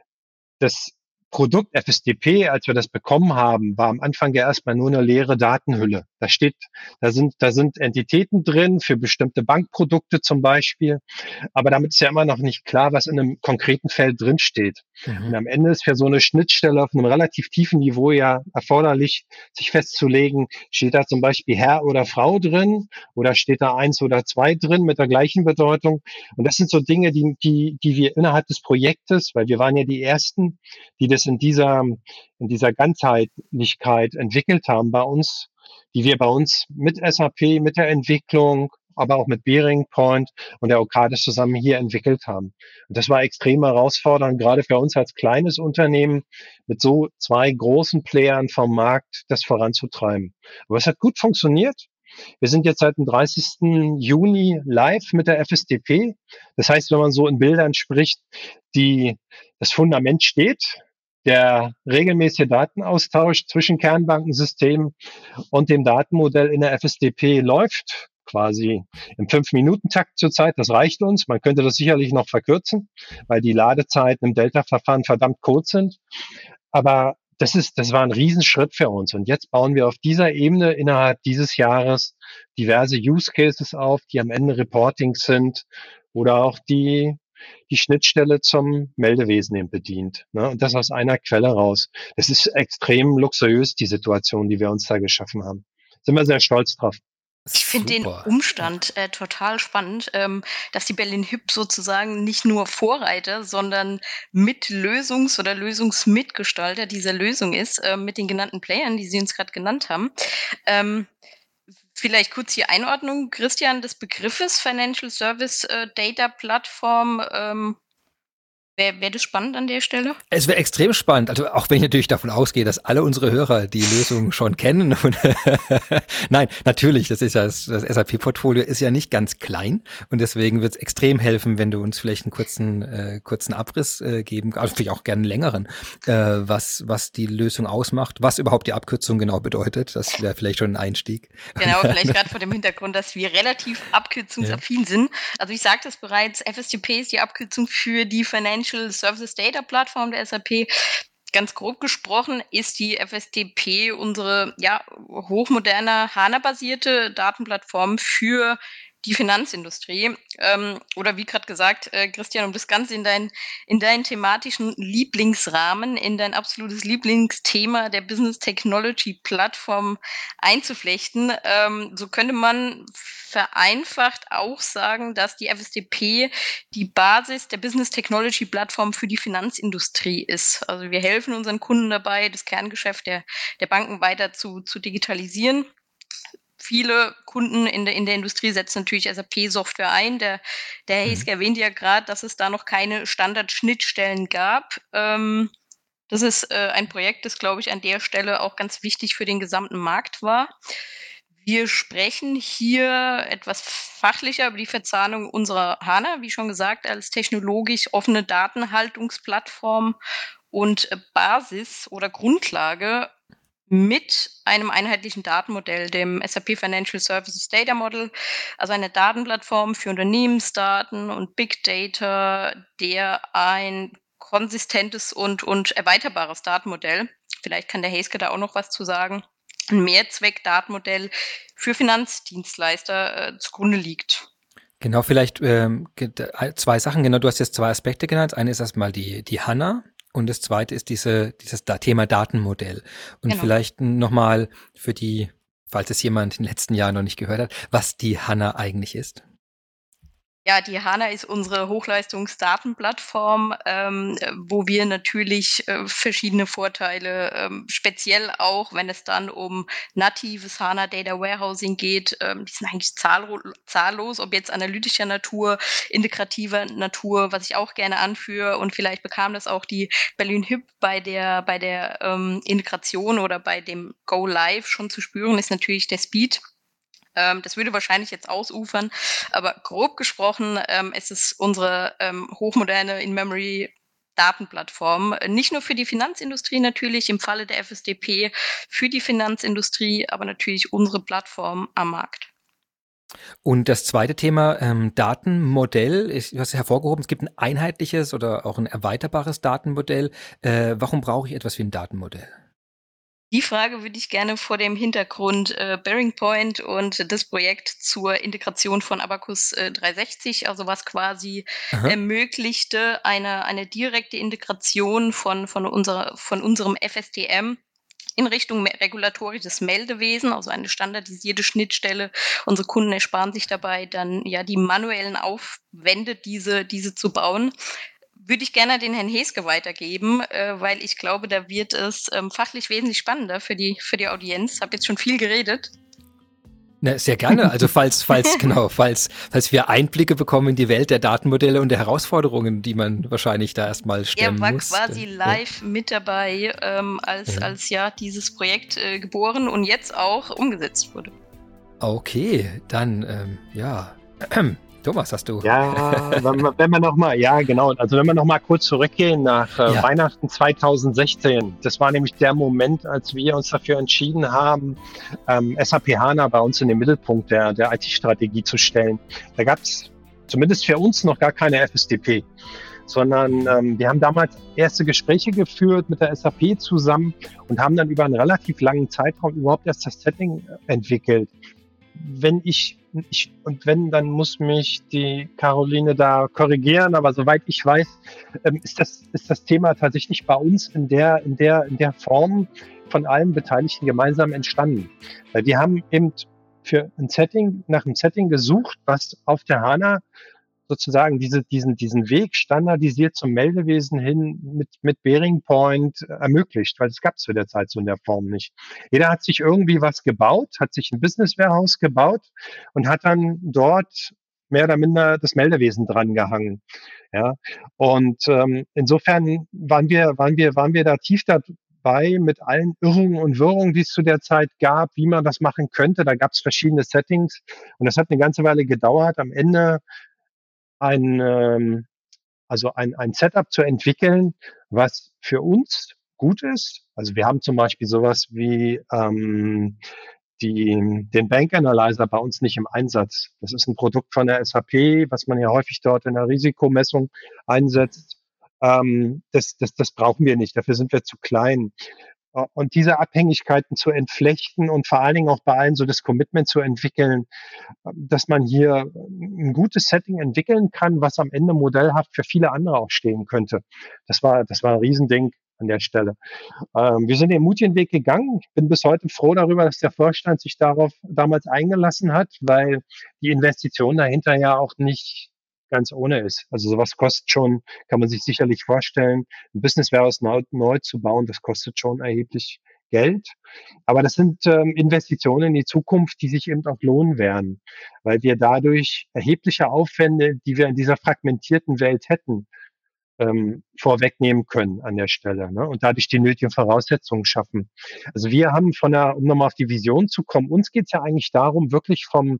das Produkt F S D P, als wir das bekommen haben, war am Anfang ja erstmal nur eine leere Datenhülle. Da steht, da sind, da sind Entitäten drin für bestimmte Bankprodukte zum Beispiel. Aber damit ist ja immer noch nicht klar, was in einem konkreten Feld drin steht. Mhm. Und am Ende ist für so eine Schnittstelle auf einem relativ tiefen Niveau ja erforderlich, sich festzulegen, steht da zum Beispiel Herr oder Frau drin oder steht da eins oder zwei drin mit der gleichen Bedeutung. Und das sind so Dinge, die, die, die wir innerhalb des Projektes, weil wir waren ja die Ersten, die das in dieser, in dieser Ganzheitlichkeit entwickelt haben bei uns, die wir bei uns mit S A P, mit der Entwicklung, aber auch mit Bearing Point und der Ocades zusammen hier entwickelt haben. Und das war extrem herausfordernd, gerade für uns als kleines Unternehmen mit so zwei großen Playern vom Markt das voranzutreiben. Aber es hat gut funktioniert. Wir sind jetzt seit dem dreißigsten Juni live mit der F S D P. Das heißt, wenn man so in Bildern spricht, die, das Fundament steht, der regelmäßige Datenaustausch zwischen Kernbankensystemen und dem Datenmodell in der F S D P läuft, quasi im fünf-Minuten-Takt zurzeit. Das reicht uns. Man könnte das sicherlich noch verkürzen, weil die Ladezeiten im Delta-Verfahren verdammt kurz sind. Aber das ist, das war ein Riesenschritt für uns. Und jetzt bauen wir auf dieser Ebene innerhalb dieses Jahres diverse Use Cases auf, die am Ende Reportings sind oder auch die, die Schnittstelle zum Meldewesen eben bedient. Ne? Und das aus einer Quelle raus. Das ist extrem luxuriös, die Situation, die wir uns da geschaffen haben. Sind wir sehr stolz drauf. Ich finde den Super. Umstand äh, total spannend, ähm, dass die Berlin Hyp sozusagen nicht nur Vorreiter, sondern Mitlösungs- oder Lösungsmitgestalter dieser Lösung ist, äh, mit den genannten Playern, die Sie uns gerade genannt haben. Ähm, vielleicht kurz die Einordnung, Christian, des Begriffes Financial Service äh, Data Plattform. Ähm, Wäre wär das spannend an der Stelle? Es wäre extrem spannend, also auch wenn ich natürlich davon ausgehe, dass alle unsere Hörer die Lösung schon kennen. Und Nein, natürlich, das ist ja das, das S A P-Portfolio ist ja nicht ganz klein und deswegen wird es extrem helfen, wenn du uns vielleicht einen kurzen äh, kurzen Abriss äh, geben, also vielleicht auch gerne einen längeren, äh, was was die Lösung ausmacht, was überhaupt die Abkürzung genau bedeutet. Das wäre vielleicht schon ein Einstieg. Genau, vielleicht gerade vor dem Hintergrund, dass wir relativ abkürzungsaffin ja. sind. Also ich sagte es bereits, F S D P ist die Abkürzung für die Financial Services Data Plattform der S A P. Ganz grob gesprochen ist die F S D P unsere ja, hochmoderne HANA-basierte Datenplattform für die Finanzindustrie. Ähm, oder wie gerade gesagt, äh, Christian, um das Ganze in, dein, in deinen thematischen Lieblingsrahmen, in dein absolutes Lieblingsthema der Business Technology Plattform einzuflechten, ähm, so könnte man vereinfacht auch sagen, dass die F S D P die Basis der Business Technology Plattform für die Finanzindustrie ist. Also wir helfen unseren Kunden dabei, das Kerngeschäft der, der Banken weiter zu, zu digitalisieren. Viele Kunden in der, in der Industrie setzen natürlich S A P-Software ein. Der, der Herr Heeske erwähnte ja gerade, dass es da noch keine Standardschnittstellen gab. Ähm, das ist äh, ein Projekt, das, glaube ich, an der Stelle auch ganz wichtig für den gesamten Markt war. Wir sprechen hier etwas fachlicher über die Verzahnung unserer HANA, wie schon gesagt, als technologisch offene Datenhaltungsplattform und Basis oder Grundlage mit einem einheitlichen Datenmodell, dem S A P Financial Services Data Model, also eine Datenplattform für Unternehmensdaten und Big Data, der ein konsistentes und, und erweiterbares Datenmodell, vielleicht kann der Heeske da auch noch was zu sagen, ein Mehrzweck-Datenmodell für Finanzdienstleister äh, zugrunde liegt. Genau, vielleicht ähm, zwei Sachen. Genau, du hast jetzt zwei Aspekte genannt. Eine ist erstmal die, die HANA. Und das zweite ist diese, dieses Thema Datenmodell. Und genau. Vielleicht nochmal für die, falls es jemand in den letzten Jahren noch nicht gehört hat, was die HANA eigentlich ist. Ja, die HANA ist unsere Hochleistungsdatenplattform, ähm, wo wir natürlich äh, verschiedene Vorteile, ähm, speziell auch, wenn es dann um natives HANA Data Warehousing geht, ähm, die sind eigentlich zahllo- zahllos, ob jetzt analytischer Natur, integrativer Natur, was ich auch gerne anführe, und vielleicht bekam das auch die Berlin Hyp bei der, bei der ähm, Integration oder bei dem Go Live schon zu spüren, ist natürlich der Speed. Das würde wahrscheinlich jetzt ausufern, aber grob gesprochen ähm, ist es unsere ähm, hochmoderne In-Memory-Datenplattform, nicht nur für die Finanzindustrie natürlich, im Falle der F S D P für die Finanzindustrie, aber natürlich unsere Plattform am Markt. Und das zweite Thema, ähm, Datenmodell, ist, du hast hervorgehoben, es gibt ein einheitliches oder auch ein erweiterbares Datenmodell. Äh, warum brauche ich etwas wie ein Datenmodell? Die Frage würde ich gerne vor dem Hintergrund äh, Bearing Point und das Projekt zur Integration von Abacus äh, dreihundertsechzig, also was quasi Aha. ermöglichte, eine, eine direkte Integration von, von, unserer, von unserem F S D M in Richtung regulatorisches Meldewesen, also eine standardisierte Schnittstelle. Unsere Kunden ersparen sich dabei dann ja die manuellen Aufwände, diese, diese zu bauen. Würde ich gerne den Herrn Heeske weitergeben, äh, weil ich glaube, da wird es ähm, fachlich wesentlich spannender für die, für die Audienz. Ich habe jetzt schon viel geredet. Na, sehr gerne. Also falls, falls, genau, falls, falls wir Einblicke bekommen in die Welt der Datenmodelle und der Herausforderungen, die man wahrscheinlich da erstmal stemmen muss. Er war muss, quasi dann, live ja. mit dabei, ähm, als, ja. als ja dieses Projekt äh, geboren und jetzt auch umgesetzt wurde. Okay, dann, ähm, ja. Thomas, hast du? Ja, wenn wir, wenn wir noch mal, ja genau, also wenn wir noch mal kurz zurückgehen nach äh, ja. Weihnachten zweitausendsechzehn, das war nämlich der Moment, als wir uns dafür entschieden haben, ähm, S A P HANA bei uns in den Mittelpunkt der, der I T-Strategie zu stellen. Da gab es zumindest für uns noch gar keine F S D P, sondern ähm, wir haben damals erste Gespräche geführt mit der S A P zusammen und haben dann über einen relativ langen Zeitraum überhaupt erst das Setting entwickelt. Wenn ich ich, und wenn, dann muss mich die Caroline da korrigieren, aber soweit ich weiß, ähm, ist das, ist das Thema tatsächlich bei uns in der, in der, in der Form von allen Beteiligten gemeinsam entstanden. Weil wir haben eben für ein Setting, nach einem Setting gesucht, was auf der HANA sozusagen diese, diesen, diesen Weg standardisiert zum Meldewesen hin mit, mit Bearing Point äh, ermöglicht, weil es gab es zu der Zeit so in der Form nicht. Jeder hat sich irgendwie was gebaut, hat sich ein Business Warehouse gebaut und hat dann dort mehr oder minder das Meldewesen dran gehangen. Ja, und ähm, insofern waren wir, waren wir, waren wir da tief dabei mit allen Irrungen und Wirrungen, die es zu der Zeit gab, wie man das machen könnte. Da gab es verschiedene Settings und das hat eine ganze Weile gedauert. Am Ende ein, ähm, also ein, ein Setup zu entwickeln, was für uns gut ist. Also wir haben zum Beispiel sowas wie ähm, die, den Bank Analyzer bei uns nicht im Einsatz. Das ist ein Produkt von der S A P, was man ja häufig dort in der Risikomessung einsetzt. Ähm, das, das, das brauchen wir nicht. Dafür sind wir zu klein. Und diese Abhängigkeiten zu entflechten und vor allen Dingen auch bei allen so das Commitment zu entwickeln, dass man hier ein gutes Setting entwickeln kann, was am Ende modellhaft für viele andere auch stehen könnte. Das war, das war ein Riesending an der Stelle. Ähm, wir sind den mutigen Weg gegangen. Ich bin bis heute froh darüber, dass der Vorstand sich darauf damals eingelassen hat, weil die Investition dahinter ja auch nicht ganz ohne ist. Also sowas kostet schon, kann man sich sicherlich vorstellen, ein Business Warehouse neu, neu zu bauen, das kostet schon erheblich Geld. Aber das sind ähm, Investitionen in die Zukunft, die sich eben auch lohnen werden, weil wir dadurch erhebliche Aufwände, die wir in dieser fragmentierten Welt hätten, ähm, vorwegnehmen können an der Stelle, ne? Und dadurch die nötigen Voraussetzungen schaffen. Also wir haben von der, um nochmal auf die Vision zu kommen, uns geht es ja eigentlich darum, wirklich vom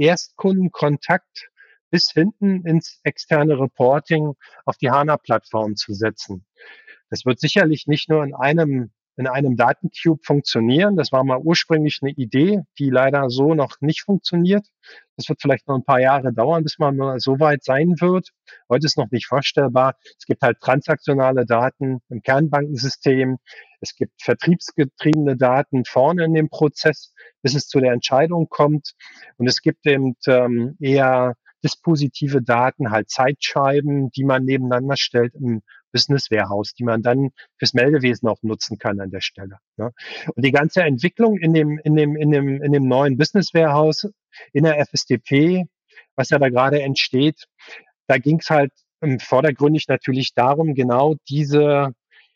Erstkundenkontakt bis hinten ins externe Reporting auf die HANA-Plattform zu setzen. Das wird sicherlich nicht nur in einem in einem Datencube funktionieren. Das war mal ursprünglich eine Idee, die leider so noch nicht funktioniert. Das wird vielleicht noch ein paar Jahre dauern, bis man mal so weit sein wird. Heute ist noch nicht vorstellbar. Es gibt halt transaktionale Daten im Kernbankensystem. Es gibt vertriebsgetriebene Daten vorne in dem Prozess, bis es zu der Entscheidung kommt. Und es gibt eben ähm, eher dispositive Daten, halt Zeitscheiben, die man nebeneinander stellt im Business Warehouse, die man dann fürs Meldewesen auch nutzen kann an der Stelle. Ne? Und die ganze Entwicklung in dem, in dem, in dem, in dem neuen Business Warehouse in der F S D P, was ja da gerade entsteht, da ging es halt ähm, vordergründig natürlich darum, genau diese,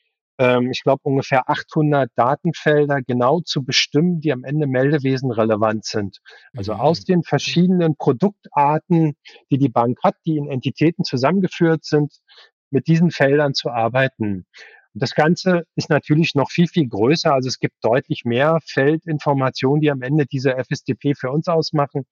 ähm, ich glaube, ungefähr achthundert Datenfelder genau zu bestimmen, die am Ende Meldewesen relevant sind. Also aus den verschiedenen Produktarten, die die Bank hat, die in Entitäten zusammengeführt sind, mit diesen Feldern zu arbeiten. Und das Ganze ist natürlich noch viel, viel größer. Also es gibt deutlich mehr Feldinformationen, die am Ende diese F S D P für uns ausmachen,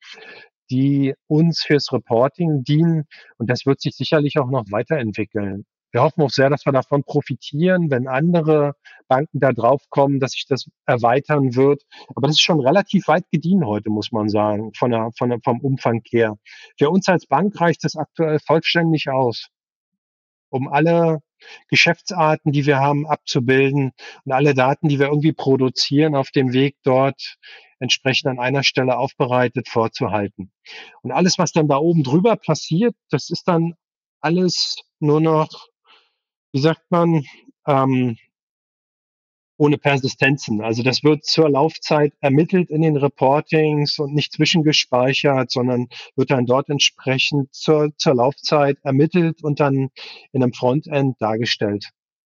die uns fürs Reporting dienen. Und das wird sich sicherlich auch noch weiterentwickeln. Wir hoffen auch sehr, dass wir davon profitieren, wenn andere Banken da drauf kommen, dass sich das erweitern wird. Aber das ist schon relativ weit gediehen heute, muss man sagen, von der, von der, vom Umfang her. Für uns als Bank reicht das aktuell vollständig aus, um alle Geschäftsarten, die wir haben, abzubilden und alle Daten, die wir irgendwie produzieren, auf dem Weg dort entsprechend an einer Stelle aufbereitet vorzuhalten. Und alles, was dann da oben drüber passiert, das ist dann alles nur noch, wie sagt man, ähm, ohne Persistenzen. Also das wird zur Laufzeit ermittelt in den Reportings und nicht zwischengespeichert, sondern wird dann dort entsprechend zur, zur Laufzeit ermittelt und dann in einem Frontend dargestellt.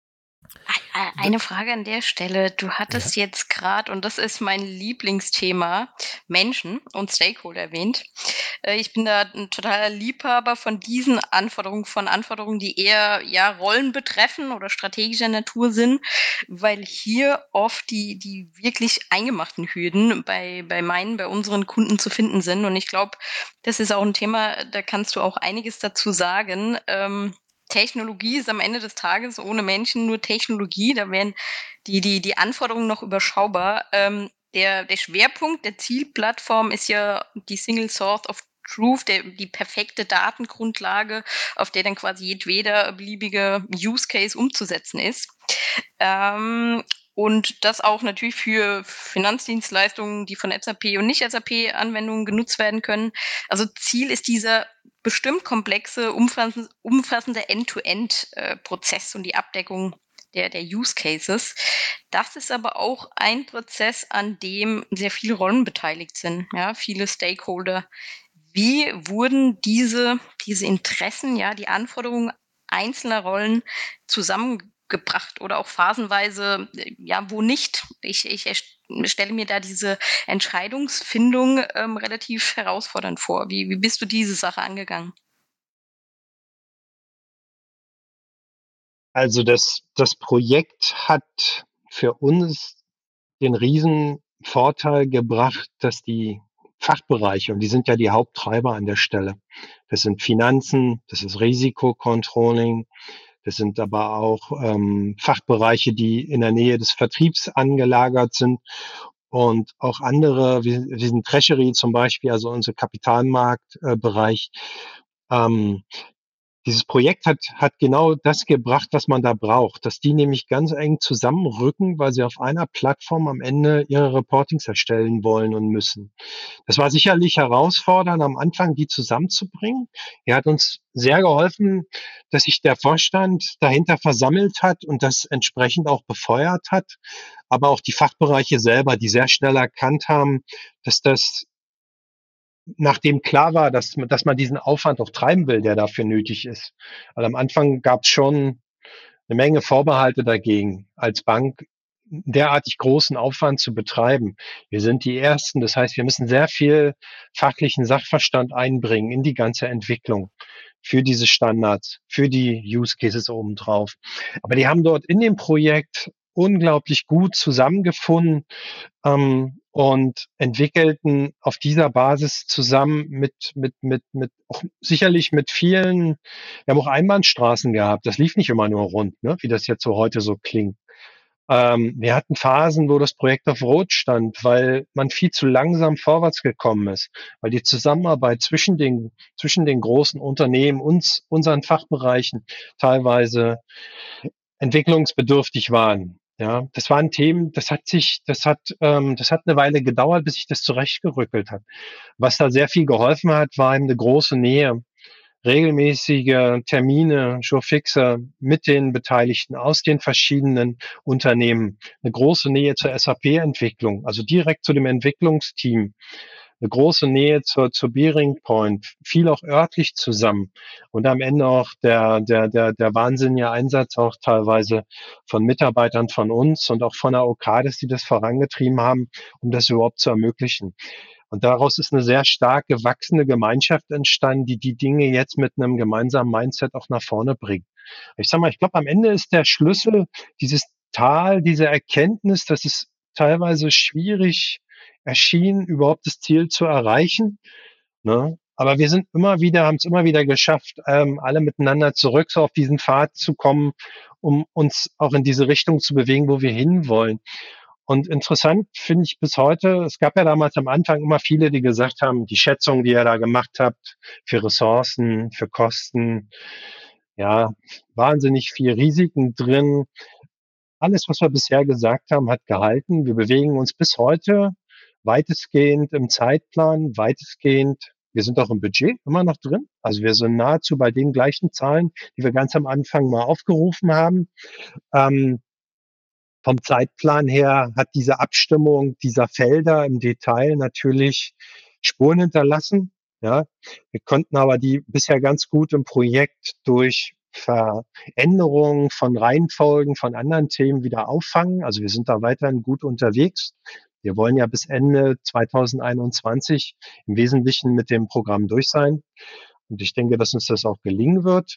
Eine Frage an der Stelle. Du hattest ja. jetzt gerade, und das ist mein Lieblingsthema, Menschen und Stakeholder erwähnt. Ich bin da ein totaler Liebhaber von diesen Anforderungen, von Anforderungen, die eher ja Rollen betreffen oder strategischer Natur sind, weil hier oft die, die wirklich eingemachten Hürden bei, bei meinen, bei unseren Kunden zu finden sind. Und ich glaube, das ist auch ein Thema, da kannst du auch einiges dazu sagen. Ähm, Technologie ist am Ende des Tages ohne Menschen nur Technologie. Da wären die, die, die Anforderungen noch überschaubar. Ähm, der, der Schwerpunkt der Zielplattform ist ja die Single Source of Truth, der, die perfekte Datengrundlage, auf der dann quasi jedweder beliebige Use Case umzusetzen ist. Ähm, Und das auch natürlich für Finanzdienstleistungen, die von S A P und nicht-S A P-Anwendungen genutzt werden können. Also Ziel ist dieser bestimmt komplexe, umfassende, umfassende End-to-End-Prozess und die Abdeckung der, der Use Cases. Das ist aber auch ein Prozess, an dem sehr viele Rollen beteiligt sind, ja, viele Stakeholder. Wie wurden diese, diese Interessen, ja, die Anforderungen einzelner Rollen zusammengebracht oder auch phasenweise, ja, wo nicht? Ich, ich stelle mir da diese Entscheidungsfindung ähm, relativ herausfordernd vor. Wie, wie bist du diese Sache angegangen? Also das, das Projekt hat für uns den riesen Vorteil gebracht, dass die Fachbereiche, und die sind ja die Haupttreiber an der Stelle, das sind Finanzen, das ist Risikocontrolling, das sind aber auch ähm, Fachbereiche, die in der Nähe des Vertriebs angelagert sind und auch andere, wie, wie sind Treasury zum Beispiel, also unser Kapitalmarktbereich. Äh, ähm, Dieses Projekt hat, hat genau das gebracht, was man da braucht, dass die nämlich ganz eng zusammenrücken, weil sie auf einer Plattform am Ende ihre Reportings erstellen wollen und müssen. Das war sicherlich herausfordernd, am Anfang die zusammenzubringen. Er hat uns sehr geholfen, dass sich der Vorstand dahinter versammelt hat und das entsprechend auch befeuert hat, aber auch die Fachbereiche selber, die sehr schnell erkannt haben, dass das, nachdem klar war, dass, dass man diesen Aufwand auch treiben will, der dafür nötig ist. Weil am Anfang gab es schon eine Menge Vorbehalte dagegen, als Bank derartig großen Aufwand zu betreiben. Wir sind die Ersten, das heißt, wir müssen sehr viel fachlichen Sachverstand einbringen in die ganze Entwicklung für diese Standards, für die Use Cases obendrauf. Aber die haben dort in dem Projekt unglaublich gut zusammengefunden, ähm, und entwickelten auf dieser Basis zusammen mit, mit, mit, mit, auch sicherlich mit vielen, wir haben auch Einbahnstraßen gehabt. Das lief nicht immer nur rund, ne, wie das jetzt so heute so klingt. Ähm, wir hatten Phasen, wo das Projekt auf Rot stand, weil man viel zu langsam vorwärts gekommen ist, weil die Zusammenarbeit zwischen den, zwischen den großen Unternehmen, uns, unseren Fachbereichen teilweise entwicklungsbedürftig waren. Ja, das waren Themen, das hat sich, das hat, ähm, das hat eine Weile gedauert, bis sich das zurechtgerückelt hat. Was da sehr viel geholfen hat, war eben eine große Nähe, regelmäßige Termine, Jourfixe mit den Beteiligten aus den verschiedenen Unternehmen, eine große Nähe zur S A P-Entwicklung, also direkt zu dem Entwicklungsteam, eine große Nähe zur, zur Bearing Point, viel auch örtlich zusammen und am Ende auch der, der, der, der wahnsinnige Einsatz auch teilweise von Mitarbeitern von uns und auch von der Ocades, die das vorangetrieben haben, um das überhaupt zu ermöglichen. Und daraus ist eine sehr stark gewachsene Gemeinschaft entstanden, die die Dinge jetzt mit einem gemeinsamen Mindset auch nach vorne bringt. Ich sag mal, ich glaube, am Ende ist der Schlüssel dieses Tal, diese Erkenntnis, dass es teilweise schwierig erschien, überhaupt das Ziel zu erreichen. Ne? Aber wir sind immer wieder, haben es immer wieder geschafft, ähm, alle miteinander zurück so auf diesen Pfad zu kommen, um uns auch in diese Richtung zu bewegen, wo wir hinwollen. Und interessant finde ich bis heute, es gab ja damals am Anfang immer viele, die gesagt haben, die Schätzung, die ihr da gemacht habt, für Ressourcen, für Kosten, ja, wahnsinnig viel Risiken drin. Alles, was wir bisher gesagt haben, hat gehalten. Wir bewegen uns bis heute weitestgehend im Zeitplan, weitestgehend, wir sind auch im Budget immer noch drin. Also wir sind nahezu bei den gleichen Zahlen, die wir ganz am Anfang mal aufgerufen haben. Ähm, vom Zeitplan her hat diese Abstimmung dieser Felder im Detail natürlich Spuren hinterlassen. Ja, wir konnten aber die bisher ganz gut im Projekt durch Veränderungen von Reihenfolgen von anderen Themen wieder auffangen. Also wir sind da weiterhin gut unterwegs. Wir wollen ja bis Ende zwanzig einundzwanzig im Wesentlichen mit dem Programm durch sein. Und ich denke, dass uns das auch gelingen wird.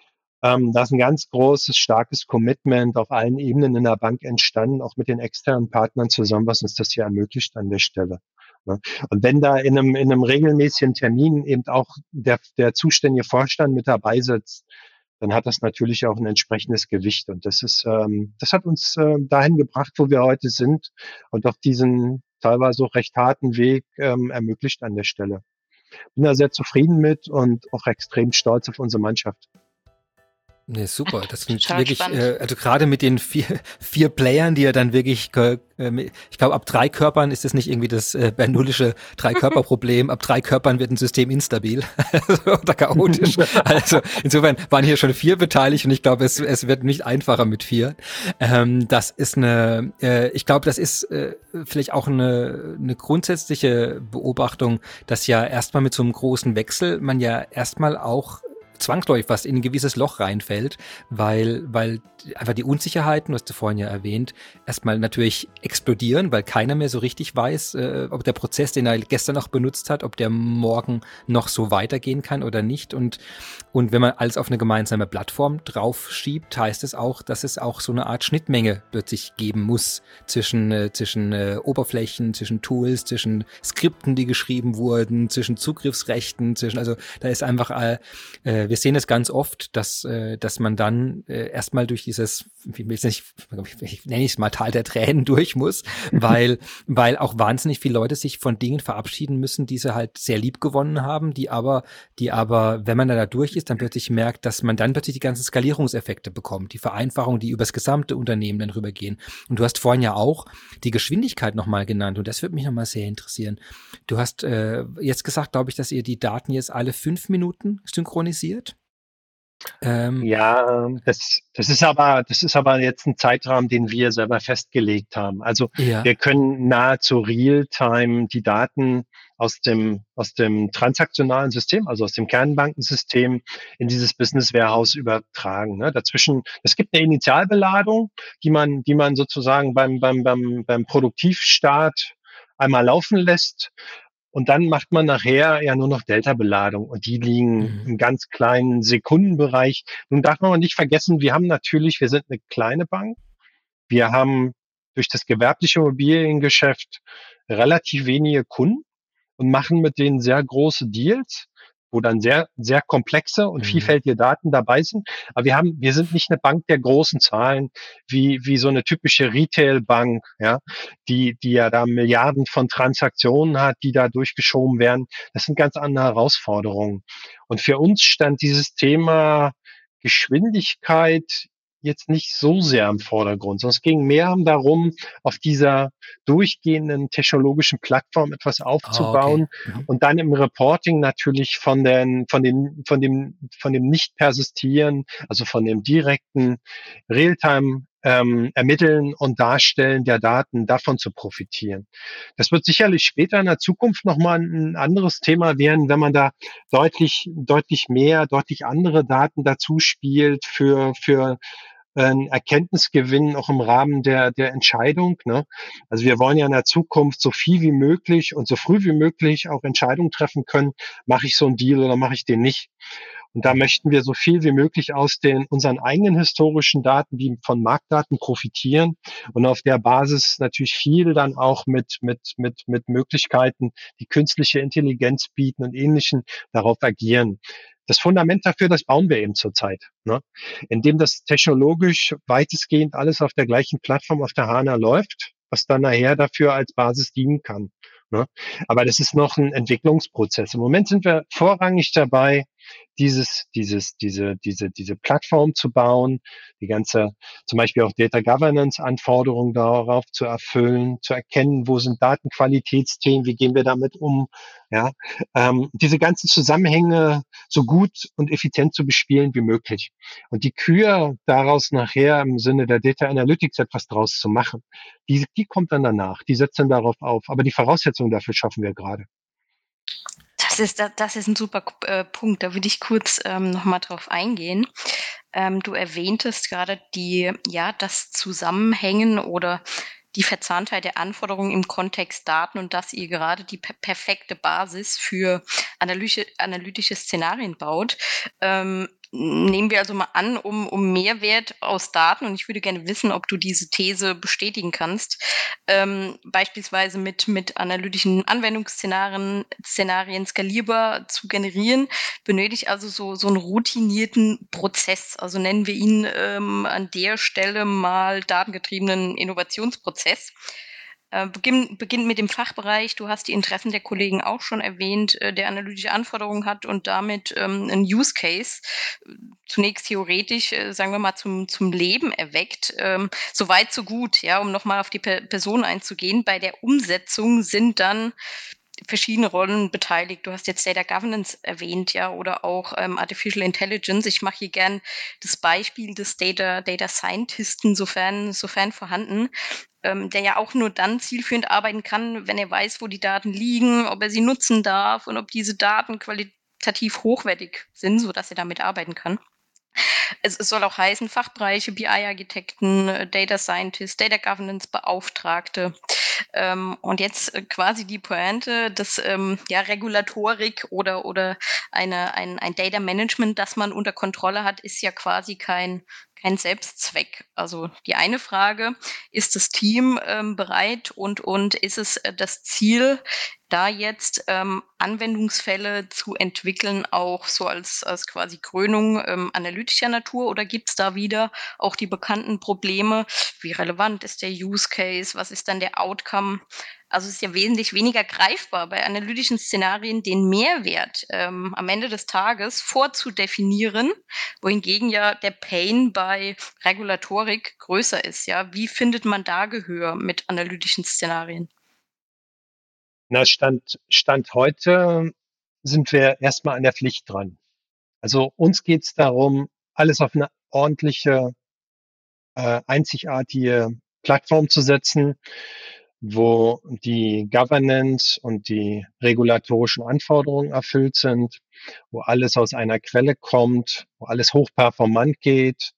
Ähm, da ist ein ganz großes, starkes Commitment auf allen Ebenen in der Bank entstanden, auch mit den externen Partnern zusammen, was uns das hier ermöglicht an der Stelle. Ne? Und wenn da in einem, in einem regelmäßigen Termin eben auch der, der zuständige Vorstand mit dabei sitzt, dann hat das natürlich auch ein entsprechendes Gewicht. Und das ist, ähm, das hat uns äh, dahin gebracht, wo wir heute sind und auch diesen teilweise auch recht harten Weg ähm, ermöglicht an der Stelle. Bin da sehr zufrieden mit und auch extrem stolz auf unsere Mannschaft. Nee, super. Das klingt Total wirklich, spannend. äh, also gerade mit den vier, vier Playern, die ja dann wirklich, äh, ich glaube, ab drei Körpern ist das nicht irgendwie das äh, bernoullische Drei-Körper-Problem. Ab drei Körpern wird ein System instabil oder chaotisch. Also insofern waren hier schon vier beteiligt und ich glaube, es, es wird nicht einfacher mit vier. Ähm, das ist eine, äh, ich glaube, das ist äh, vielleicht auch eine, eine grundsätzliche Beobachtung, dass ja erstmal mit so einem großen Wechsel man ja erstmal auch zwangsläufig fast in ein gewisses Loch reinfällt, weil, weil einfach die Unsicherheiten, was du vorhin ja erwähnt, erstmal natürlich explodieren, weil keiner mehr so richtig weiß, äh, ob der Prozess, den er gestern noch benutzt hat, ob der morgen noch so weitergehen kann oder nicht. Und, und wenn man alles auf eine gemeinsame Plattform draufschiebt, heißt es auch, dass es auch so eine Art Schnittmenge plötzlich geben muss zwischen, äh, zwischen äh, Oberflächen, zwischen Tools, zwischen Skripten, die geschrieben wurden, zwischen Zugriffsrechten, zwischen, also da ist einfach, äh, wir sehen es ganz oft, dass, äh, dass man dann äh, erstmal durch dieses, wie will ich, nicht, ich nenne es mal Tal der Tränen durch muss, weil, weil auch wahnsinnig viele Leute sich von Dingen verabschieden müssen, die sie halt sehr lieb gewonnen haben, die aber, die aber, wenn man da durch ist, dann plötzlich merkt, dass man dann plötzlich die ganzen Skalierungseffekte bekommt, die Vereinfachung, die übers gesamte Unternehmen dann rübergehen. Und du hast vorhin ja auch die Geschwindigkeit nochmal genannt und das würde mich nochmal sehr interessieren. Du hast äh, jetzt gesagt, glaube ich, dass ihr die Daten jetzt alle fünf Minuten synchronisiert. Ähm, Ja, das, das ist aber, das ist aber jetzt ein Zeitrahmen, den wir selber festgelegt haben. Also ja. wir können nahezu real-time die Daten aus dem, aus dem transaktionalen System, also aus dem Kernbankensystem in dieses Business Warehouse übertragen. Ne? Dazwischen, es gibt eine Initialbeladung, die man, die man sozusagen beim, beim, beim, beim Produktivstart einmal laufen lässt. Und dann macht man nachher ja nur noch Delta-Beladung und die liegen Mhm. im ganz kleinen Sekundenbereich. Nun darf man nicht vergessen, wir haben natürlich, wir sind eine kleine Bank. Wir haben durch das gewerbliche Immobiliengeschäft relativ wenige Kunden und machen mit denen sehr große Deals, wo dann sehr, sehr komplexe und Mhm. vielfältige Daten dabei sind. Aber wir haben, wir sind nicht eine Bank der großen Zahlen, wie, wie so eine typische Retail-Bank, ja, die, die ja da Milliarden von Transaktionen hat, die da durchgeschoben werden. Das sind ganz andere Herausforderungen. Und für uns stand dieses Thema Geschwindigkeit jetzt nicht so sehr im Vordergrund, sondern es ging mehr darum, auf dieser durchgehenden technologischen Plattform etwas Ah, okay. aufzubauen Mhm. und dann im Reporting natürlich von den, von den, von dem, von dem nicht persistieren, also von dem direkten Realtime ähm, Ermitteln und Darstellen der Daten, davon zu profitieren. Das wird sicherlich später in der Zukunft nochmal ein anderes Thema werden, wenn man da deutlich, deutlich mehr, deutlich andere Daten dazu spielt für, für ein Erkenntnisgewinn auch im Rahmen der, der Entscheidung. Ne? Also wir wollen ja in der Zukunft so viel wie möglich und so früh wie möglich auch Entscheidungen treffen können, mache ich so einen Deal oder mache ich den nicht. Und da Mhm. möchten wir so viel wie möglich aus den unseren eigenen historischen Daten wie von Marktdaten profitieren und auf der Basis natürlich viel dann auch mit mit mit mit Möglichkeiten, die künstliche Intelligenz bieten und Ähnlichen darauf agieren. Das Fundament dafür, das bauen wir eben zurzeit, ne? Indem das technologisch weitestgehend alles auf der gleichen Plattform auf der HANA läuft, was dann nachher dafür als Basis dienen kann. Ne? Aber das ist noch ein Entwicklungsprozess. Im Moment sind wir vorrangig dabei, dieses, dieses, diese, diese, diese Plattform zu bauen, die ganze, zum Beispiel auch Data Governance Anforderungen darauf zu erfüllen, zu erkennen, wo sind Datenqualitätsthemen, wie gehen wir damit um, ja, ähm, diese ganzen Zusammenhänge so gut und effizient zu bespielen wie möglich. Und die Kür daraus nachher im Sinne der Data Analytics etwas draus zu machen, die, die kommt dann danach, die setzt dann darauf auf. Aber die Voraussetzungen dafür schaffen wir gerade. Das ist, das ist ein super äh, Punkt. Da würde ich kurz ähm, noch mal drauf eingehen. Ähm, du erwähntest gerade die, ja, das Zusammenhängen oder die Verzahntheit der Anforderungen im Kontext Daten und dass ihr gerade die per perfekte Basis für analytische, analytische Szenarien baut. Ähm, nehmen wir also mal an, um, um Mehrwert aus Daten, und ich würde gerne wissen, ob du diese These bestätigen kannst, ähm, beispielsweise mit, mit analytischen Anwendungsszenarien Szenarien skalierbar zu generieren, benötigt also so, so einen routinierten Prozess. Also nennen wir ihn ähm, an der Stelle mal datengetriebenen Innovationsprozess. Äh, beginn, beginnt mit dem Fachbereich. Du hast die Interessen der Kollegen auch schon erwähnt, äh, der analytische Anforderungen hat und damit ähm, einen Use Case äh, zunächst theoretisch, äh, sagen wir mal, zum, zum Leben erweckt. Ähm, so weit, so gut, ja, um nochmal auf die per Person einzugehen. Bei der Umsetzung sind dann verschiedene Rollen beteiligt. Du hast jetzt Data Governance erwähnt, ja, oder auch ähm, Artificial Intelligence. Ich mache hier gern das Beispiel des Data, Data Scientisten, sofern, sofern vorhanden, ähm, der ja auch nur dann zielführend arbeiten kann, wenn er weiß, wo die Daten liegen, ob er sie nutzen darf und ob diese Daten qualitativ hochwertig sind, sodass er damit arbeiten kann. Es, es soll auch heißen, Fachbereiche, B I-Architekten, Data Scientists, Data Governance-Beauftragte. Ähm, und jetzt äh, quasi die Pointe, dass ähm, ja, Regulatorik oder, oder eine, ein, ein Data Management, das man unter Kontrolle hat, ist ja quasi kein, kein Selbstzweck. Also die eine Frage, ist das Team ähm, bereit und, und ist es äh, das Ziel, da jetzt ähm, Anwendungsfälle zu entwickeln, auch so als, als quasi Krönung ähm, analytischer Natur, oder gibt es da wieder auch die bekannten Probleme? Wie relevant ist der Use Case? Was ist dann der Outcome? Also es ist ja wesentlich weniger greifbar bei analytischen Szenarien, den Mehrwert ähm, am Ende des Tages vorzudefinieren, wohingegen ja der Pain bei Regulatorik größer ist. Ja, wie findet man da Gehör mit analytischen Szenarien? Na, Stand, Stand heute sind wir erstmal an der Pflicht dran. Also uns geht es darum, alles auf eine ordentliche, äh, einzigartige Plattform zu setzen, wo die Governance und die regulatorischen Anforderungen erfüllt sind, wo alles aus einer Quelle kommt, wo alles hochperformant geht.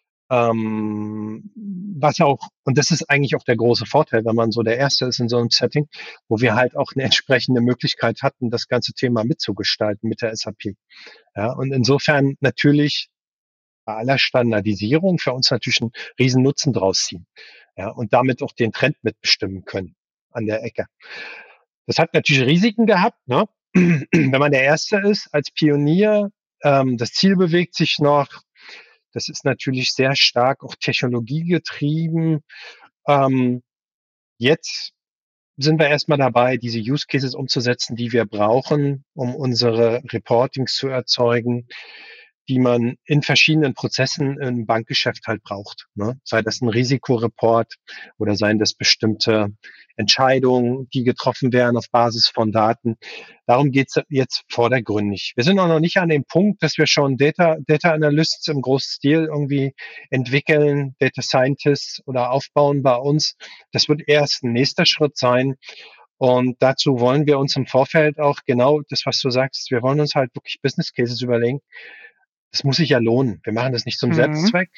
Ähm, was auch, und das ist eigentlich auch der große Vorteil, wenn man so der Erste ist in so einem Setting, wo wir halt auch eine entsprechende Möglichkeit hatten, das ganze Thema mitzugestalten mit der S A P. Ja, und insofern natürlich bei aller Standardisierung für uns natürlich einen riesen Nutzen draus ziehen. Ja, und damit auch den Trend mitbestimmen können an der Ecke. Das hat natürlich Risiken gehabt, ne? Wenn man der Erste ist als Pionier, ähm, das Ziel bewegt sich noch. Das ist natürlich sehr stark auch technologiegetrieben. Ähm, jetzt sind wir erstmal dabei, diese Use Cases umzusetzen, die wir brauchen, um unsere Reportings zu erzeugen, die man in verschiedenen Prozessen im Bankgeschäft halt braucht. Ne? Sei das ein Risikoreport oder seien das bestimmte Entscheidungen, die getroffen werden auf Basis von Daten. Darum geht's jetzt vordergründig. Wir sind auch noch nicht an dem Punkt, dass wir schon Data, Data Analysts im großen Stil irgendwie entwickeln, Data Scientists oder aufbauen bei uns. Das wird erst ein nächster Schritt sein. Und dazu wollen wir uns im Vorfeld auch genau das, was du sagst, wir wollen uns halt wirklich Business Cases überlegen. Das muss sich ja lohnen. Wir machen das nicht zum mhm. Selbstzweck,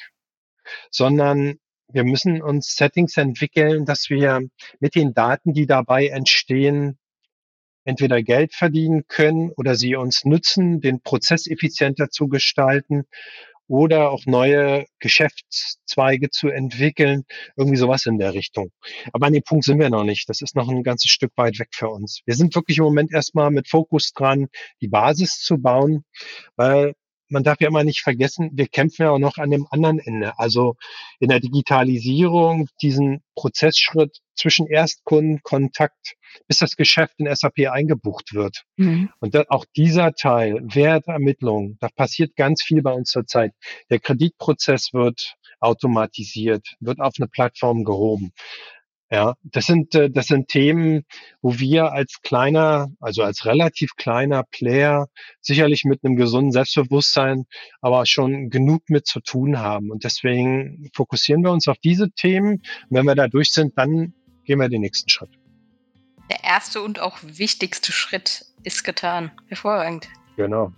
sondern wir müssen uns Settings entwickeln, dass wir mit den Daten, die dabei entstehen, entweder Geld verdienen können oder sie uns nützen, den Prozess effizienter zu gestalten oder auch neue Geschäftszweige zu entwickeln, irgendwie sowas in der Richtung. Aber an dem Punkt sind wir noch nicht. Das ist noch ein ganzes Stück weit weg für uns. Wir sind wirklich im Moment erstmal mit Fokus dran, die Basis zu bauen, weil man darf ja immer nicht vergessen, wir kämpfen ja auch noch an dem anderen Ende. Also in der Digitalisierung, diesen Prozessschritt zwischen Erstkundenkontakt, bis das Geschäft in S A P eingebucht wird. Mhm. Und da, auch dieser Teil, Wertermittlung, da passiert ganz viel bei uns zurzeit. Der Kreditprozess wird automatisiert, wird auf eine Plattform gehoben. Ja, das sind, das sind Themen, wo wir als kleiner, also als relativ kleiner Player sicherlich mit einem gesunden Selbstbewusstsein, aber schon genug mit zu tun haben. Und deswegen fokussieren wir uns auf diese Themen. Und wenn wir da durch sind, dann gehen wir den nächsten Schritt. Der erste und auch wichtigste Schritt ist getan. Hervorragend. Genau.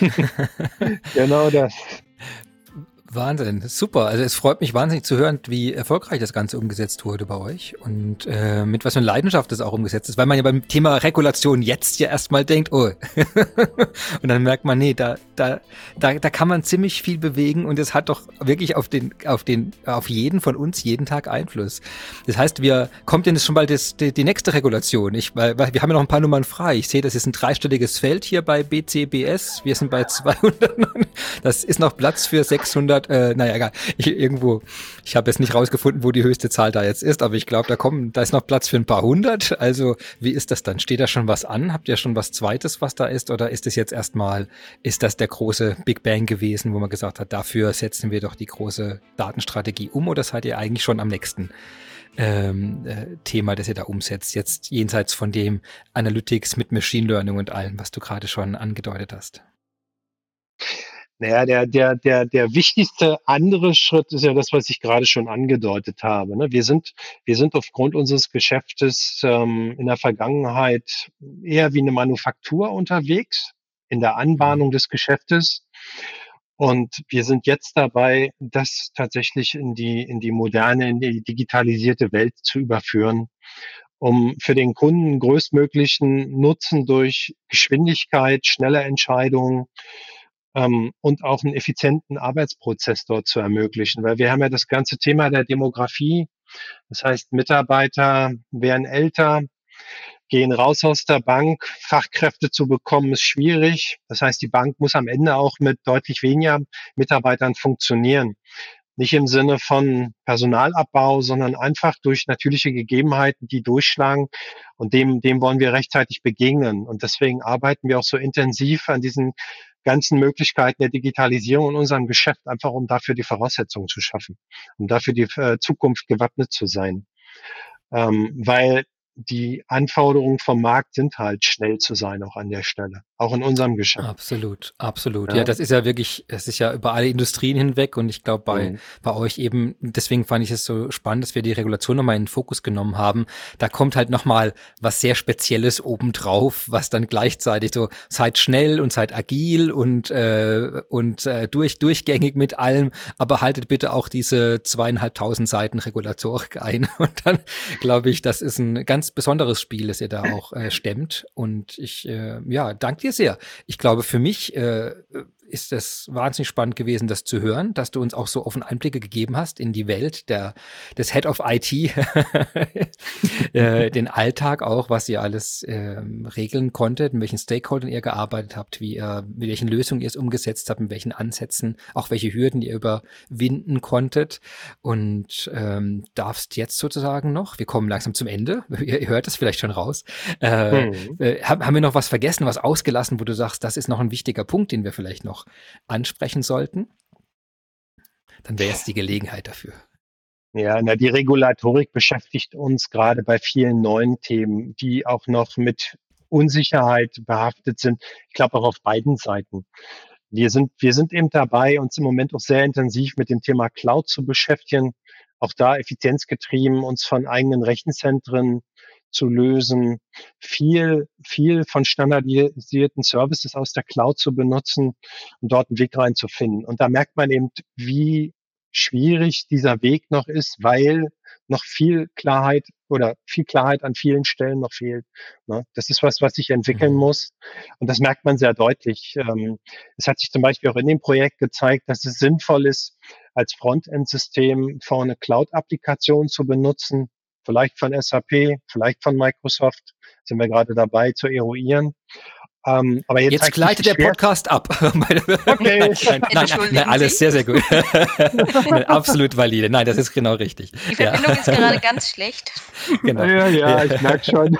Genau das. Wahnsinn, super. Also es freut mich wahnsinnig zu hören, wie erfolgreich das Ganze umgesetzt wurde bei euch und äh, mit was für einer Leidenschaft das auch umgesetzt ist, weil man ja beim Thema Regulation jetzt ja erstmal denkt, oh, und dann merkt man, nee, da, da, da, da kann man ziemlich viel bewegen und es hat doch wirklich auf den, auf den, auf jeden von uns jeden Tag Einfluss. Das heißt, wir, kommt denn jetzt schon bald das, die, die nächste Regulation? Ich, weil, weil wir haben ja noch ein paar Nummern frei. Ich sehe, das ist ein dreistelliges Feld hier bei B C B S. Wir sind bei zweihundert. Das ist noch Platz für sechshundert hundert, äh, naja, egal. Ich, irgendwo, ich habe jetzt nicht rausgefunden, wo die höchste Zahl da jetzt ist, aber ich glaube, da kommen, da ist noch Platz für ein paar hundert. Also, wie ist das dann? Steht da schon was an? Habt ihr schon was Zweites, was da ist? Oder ist es jetzt erstmal, ist das der große Big Bang gewesen, wo man gesagt hat, dafür setzen wir doch die große Datenstrategie um? Oder seid ihr eigentlich schon am nächsten ähm, äh, Thema, das ihr da umsetzt? Jetzt jenseits von dem Analytics mit Machine Learning und allem, was du gerade schon angedeutet hast. Naja, der, der, der, der wichtigste andere Schritt ist ja das, was ich gerade schon angedeutet habe. Ne? Wir sind, wir sind aufgrund unseres Geschäftes ähm, in der Vergangenheit eher wie eine Manufaktur unterwegs, in der Anbahnung des Geschäftes. Und wir sind jetzt dabei, das tatsächlich in die, in die moderne, in die digitalisierte Welt zu überführen, um für den Kunden größtmöglichen Nutzen durch Geschwindigkeit, schnelle Entscheidungen, ähm, und auch einen effizienten Arbeitsprozess dort zu ermöglichen. Weil wir haben ja das ganze Thema der Demografie. Das heißt, Mitarbeiter werden älter, gehen raus aus der Bank. Fachkräfte zu bekommen ist schwierig. Das heißt, die Bank muss am Ende auch mit deutlich weniger Mitarbeitern funktionieren. Nicht im Sinne von Personalabbau, sondern einfach durch natürliche Gegebenheiten, die durchschlagen. Und dem, dem wollen wir rechtzeitig begegnen. Und deswegen arbeiten wir auch so intensiv an diesen ganzen Möglichkeiten der Digitalisierung in unserem Geschäft, einfach um dafür die Voraussetzungen zu schaffen, um dafür die äh, Zukunft gewappnet zu sein. Ähm, weil die Anforderungen vom Markt sind halt schnell zu sein, auch an der Stelle, auch in unserem Geschäft. Absolut, absolut. Ja, Ja. das ist ja wirklich, es ist ja über alle Industrien hinweg und ich glaube bei, Mhm. bei euch eben, deswegen fand ich es so spannend, dass wir die Regulation nochmal in den Fokus genommen haben. Da kommt halt nochmal was sehr Spezielles obendrauf, was dann gleichzeitig so, seid schnell und seid agil und, äh, und äh, durch, durchgängig mit allem, aber haltet bitte auch diese zweieinhalbtausend Seiten Regulatorik ein. Und dann glaube ich, das ist ein ganz besonderes Spiel, das ihr da auch äh, stemmt. Und ich, äh, ja, danke dir sehr. Ich glaube, für mich äh, ist es wahnsinnig spannend gewesen, das zu hören, dass du uns auch so offene Einblicke gegeben hast in die Welt der, des Head of I T, äh, den Alltag auch, was ihr alles ähm, regeln konntet, mit welchen Stakeholdern ihr gearbeitet habt, wie ihr, mit welchen Lösungen ihr es umgesetzt habt, mit welchen Ansätzen, auch welche Hürden ihr überwinden konntet. Und ähm, darfst jetzt sozusagen noch, wir kommen langsam zum Ende, ihr, ihr hört es vielleicht schon raus, äh, Mhm. äh, haben, haben wir noch was vergessen, was ausgelassen, wo du sagst, das ist noch ein wichtiger Punkt, den wir vielleicht noch ansprechen sollten? Dann wäre jetzt die Gelegenheit dafür. Ja, na, die Regulatorik beschäftigt uns gerade bei vielen neuen Themen, die auch noch mit Unsicherheit behaftet sind. Ich glaube auch auf beiden Seiten. Wir sind, wir sind eben dabei, uns im Moment auch sehr intensiv mit dem Thema Cloud zu beschäftigen. Auch da effizienzgetrieben, uns von eigenen Rechenzentren zu lösen, viel, viel von standardisierten Services aus der Cloud zu benutzen und dort einen Weg reinzufinden. Und da merkt man eben, wie schwierig dieser Weg noch ist, weil noch viel Klarheit oder viel Klarheit an vielen Stellen noch fehlt. Ne? Das ist was, was sich entwickeln Mhm. muss. Und das merkt man sehr deutlich. Ähm, es hat sich zum Beispiel auch in dem Projekt gezeigt, dass es sinnvoll ist, als Frontend-System vorne Cloud-Applikationen zu benutzen, vielleicht von S A P, vielleicht von Microsoft, sind wir gerade dabei zu eruieren. Ähm, aber jetzt, Jetzt zeigt sich gleitet die der Schwer- Podcast ab. Okay. Nein, nein, nein, Entschuldigen nein, alles Sie? sehr, sehr gut. Nein, absolut valide. Nein, das ist genau richtig. Die Verbindung ist gerade ganz schlecht. Genau. Ja, ja, ich merke schon.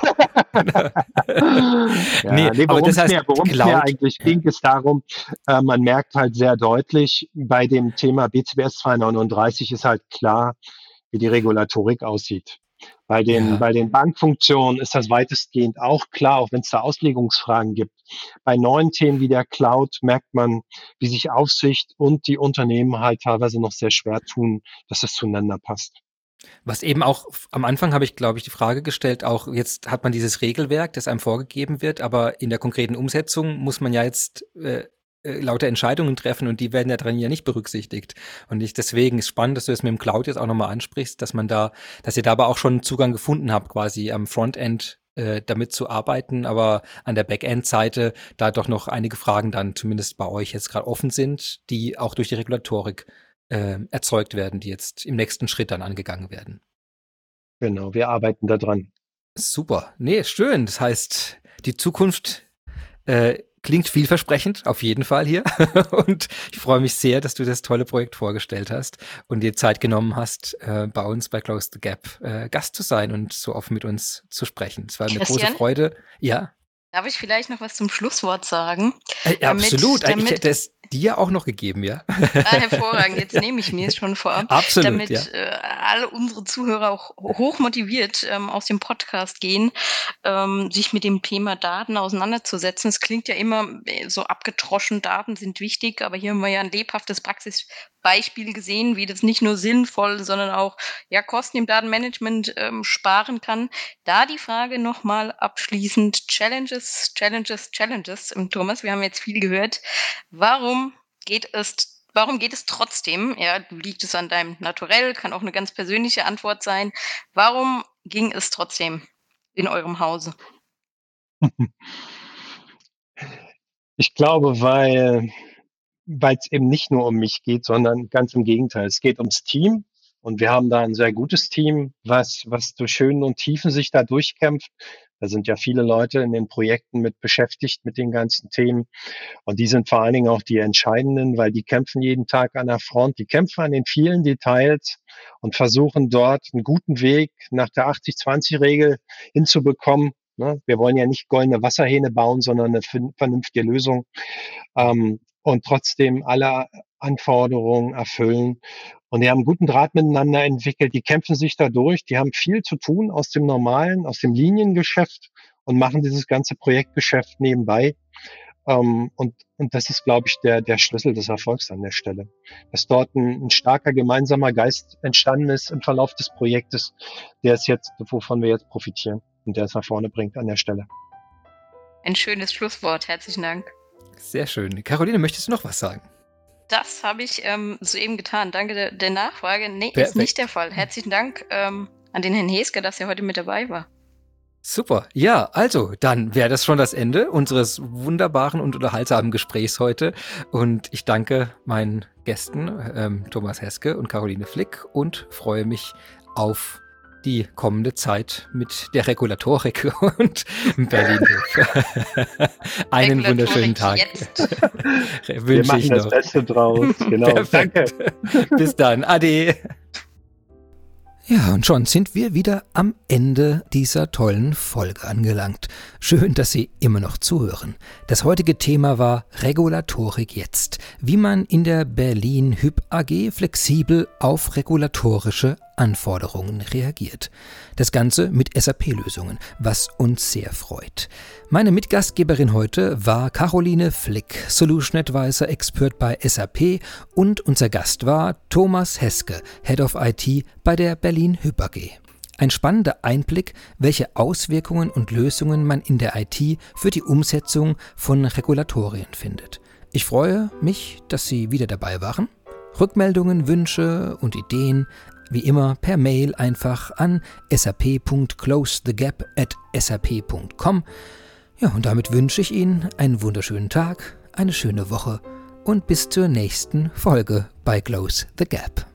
ja, Nee, nee, aber worum das es heißt, mir, worum es Cloud- mir eigentlich ging, ist darum, äh, man merkt halt sehr deutlich, bei dem Thema B C B S zweihundertneununddreißig ist halt klar, wie die Regulatorik aussieht. Bei den, Ja. bei den Bankfunktionen ist das weitestgehend auch klar, auch wenn es da Auslegungsfragen gibt. Bei neuen Themen wie der Cloud merkt man, wie sich Aufsicht und die Unternehmen halt teilweise noch sehr schwer tun, dass das zueinander passt. Was eben auch, am Anfang habe ich, glaube ich, die Frage gestellt, auch jetzt hat man dieses Regelwerk, das einem vorgegeben wird, aber in der konkreten Umsetzung muss man ja jetzt äh, äh, lauter Entscheidungen treffen und die werden ja dran ja nicht berücksichtigt. Und ich, deswegen ist spannend, dass du das mit dem Cloud jetzt auch nochmal ansprichst, dass man da, dass ihr da aber auch schon Zugang gefunden habt, quasi am Frontend äh, damit zu arbeiten, aber an der Backend-Seite da doch noch einige Fragen dann zumindest bei euch jetzt gerade offen sind, die auch durch die Regulatorik äh, erzeugt werden, die jetzt im nächsten Schritt dann angegangen werden. Genau, wir arbeiten da dran. Super. Nee, schön. Das heißt, die Zukunft äh, klingt vielversprechend, auf jeden Fall hier. Und ich freue mich sehr, dass du das tolle Projekt vorgestellt hast und dir Zeit genommen hast, äh, bei uns bei Close the Gap äh, Gast zu sein und so offen mit uns zu sprechen. Es war eine Christian? große Freude. Ja. Darf ich vielleicht noch was zum Schlusswort sagen? Äh, Damit- absolut. damit- Ich hätte es dir auch noch gegeben, ja. Ah, hervorragend, jetzt nehme ich mir es schon vorab. Absolut, damit ja. äh, alle unsere Zuhörer auch hochmotiviert ähm, aus dem Podcast gehen, ähm, sich mit dem Thema Daten auseinanderzusetzen. Es klingt ja immer äh, so abgetroschen, Daten sind wichtig, aber hier haben wir ja ein lebhaftes Praxisbeispiel gesehen, wie das nicht nur sinnvoll, sondern auch ja, Kosten im Datenmanagement ähm, sparen kann. Da die Frage nochmal abschließend, Challenges, Challenges, Challenges. Ähm, Thomas, wir haben jetzt viel gehört. Warum geht es, warum geht es trotzdem? Ja, liegt es an deinem Naturell? Kann auch eine ganz persönliche Antwort sein. Warum ging es trotzdem in eurem Hause? Ich glaube, weil weil es eben nicht nur um mich geht, sondern ganz im Gegenteil. Es geht ums Team und wir haben da ein sehr gutes Team, was was durch Höhen und Tiefen sich da durchkämpft. Da sind ja viele Leute in den Projekten mit beschäftigt mit den ganzen Themen und die sind vor allen Dingen auch die Entscheidenden, weil die kämpfen jeden Tag an der Front, die kämpfen an den vielen Details und versuchen dort einen guten Weg nach der achtzig zwanzig Regel hinzubekommen. Ne? Wir wollen ja nicht goldene Wasserhähne bauen, sondern eine fin- vernünftige Lösung. Ähm, und trotzdem alle Anforderungen erfüllen. Und die haben einen guten Draht miteinander entwickelt. Die kämpfen sich da durch. Die haben viel zu tun aus dem normalen, aus dem Liniengeschäft und machen dieses ganze Projektgeschäft nebenbei. Ähm, und, und das ist, glaube ich, der, der Schlüssel des Erfolgs an der Stelle. Dass dort ein, ein starker gemeinsamer Geist entstanden ist im Verlauf des Projektes, der ist jetzt, wovon wir jetzt profitieren und der es nach vorne bringt an der Stelle. Ein schönes Schlusswort. Herzlichen Dank. Sehr schön. Caroline, möchtest du noch was sagen? Das habe ich ähm, soeben getan. Danke der, der Nachfrage. Nee, ist Perfekt. nicht der Fall. Herzlichen Dank ähm, an den Herrn Heske, dass er heute mit dabei war. Super. Ja, also, dann wäre das schon das Ende unseres wunderbaren und unterhaltsamen Gesprächs heute. Und ich danke meinen Gästen, ähm, Thomas Heske und Caroline Flick, und freue mich auf die kommende Zeit mit der Regulatorik und Berlin. Einen Regulatorik wunderschönen Tag. Jetzt. Wir Wünsche machen ich das noch. Beste draus. Genau. Danke. Perfekt. Bis dann. Ade. Ja, und schon sind wir wieder am Ende dieser tollen Folge angelangt. Schön, dass Sie immer noch zuhören. Das heutige Thema war Regulatorik jetzt. Wie man in der Berlin Hyp A G flexibel auf regulatorische Anforderungen reagiert. Das Ganze mit S A P-Lösungen, was uns sehr freut. Meine Mitgastgeberin heute war Caroline Flick, Solution Advisor Expert bei S A P, und unser Gast war Thomas Heske, Head of I T bei der Berlin Hyp A G. Ein spannender Einblick, welche Auswirkungen und Lösungen man in der I T für die Umsetzung von Regulatorien findet. Ich freue mich, dass Sie wieder dabei waren. Rückmeldungen, Wünsche und Ideen wie immer per Mail einfach an sap punkt close the gap at sap punkt com. Ja, und damit wünsche ich Ihnen einen wunderschönen Tag, eine schöne Woche und bis zur nächsten Folge bei Close the Gap.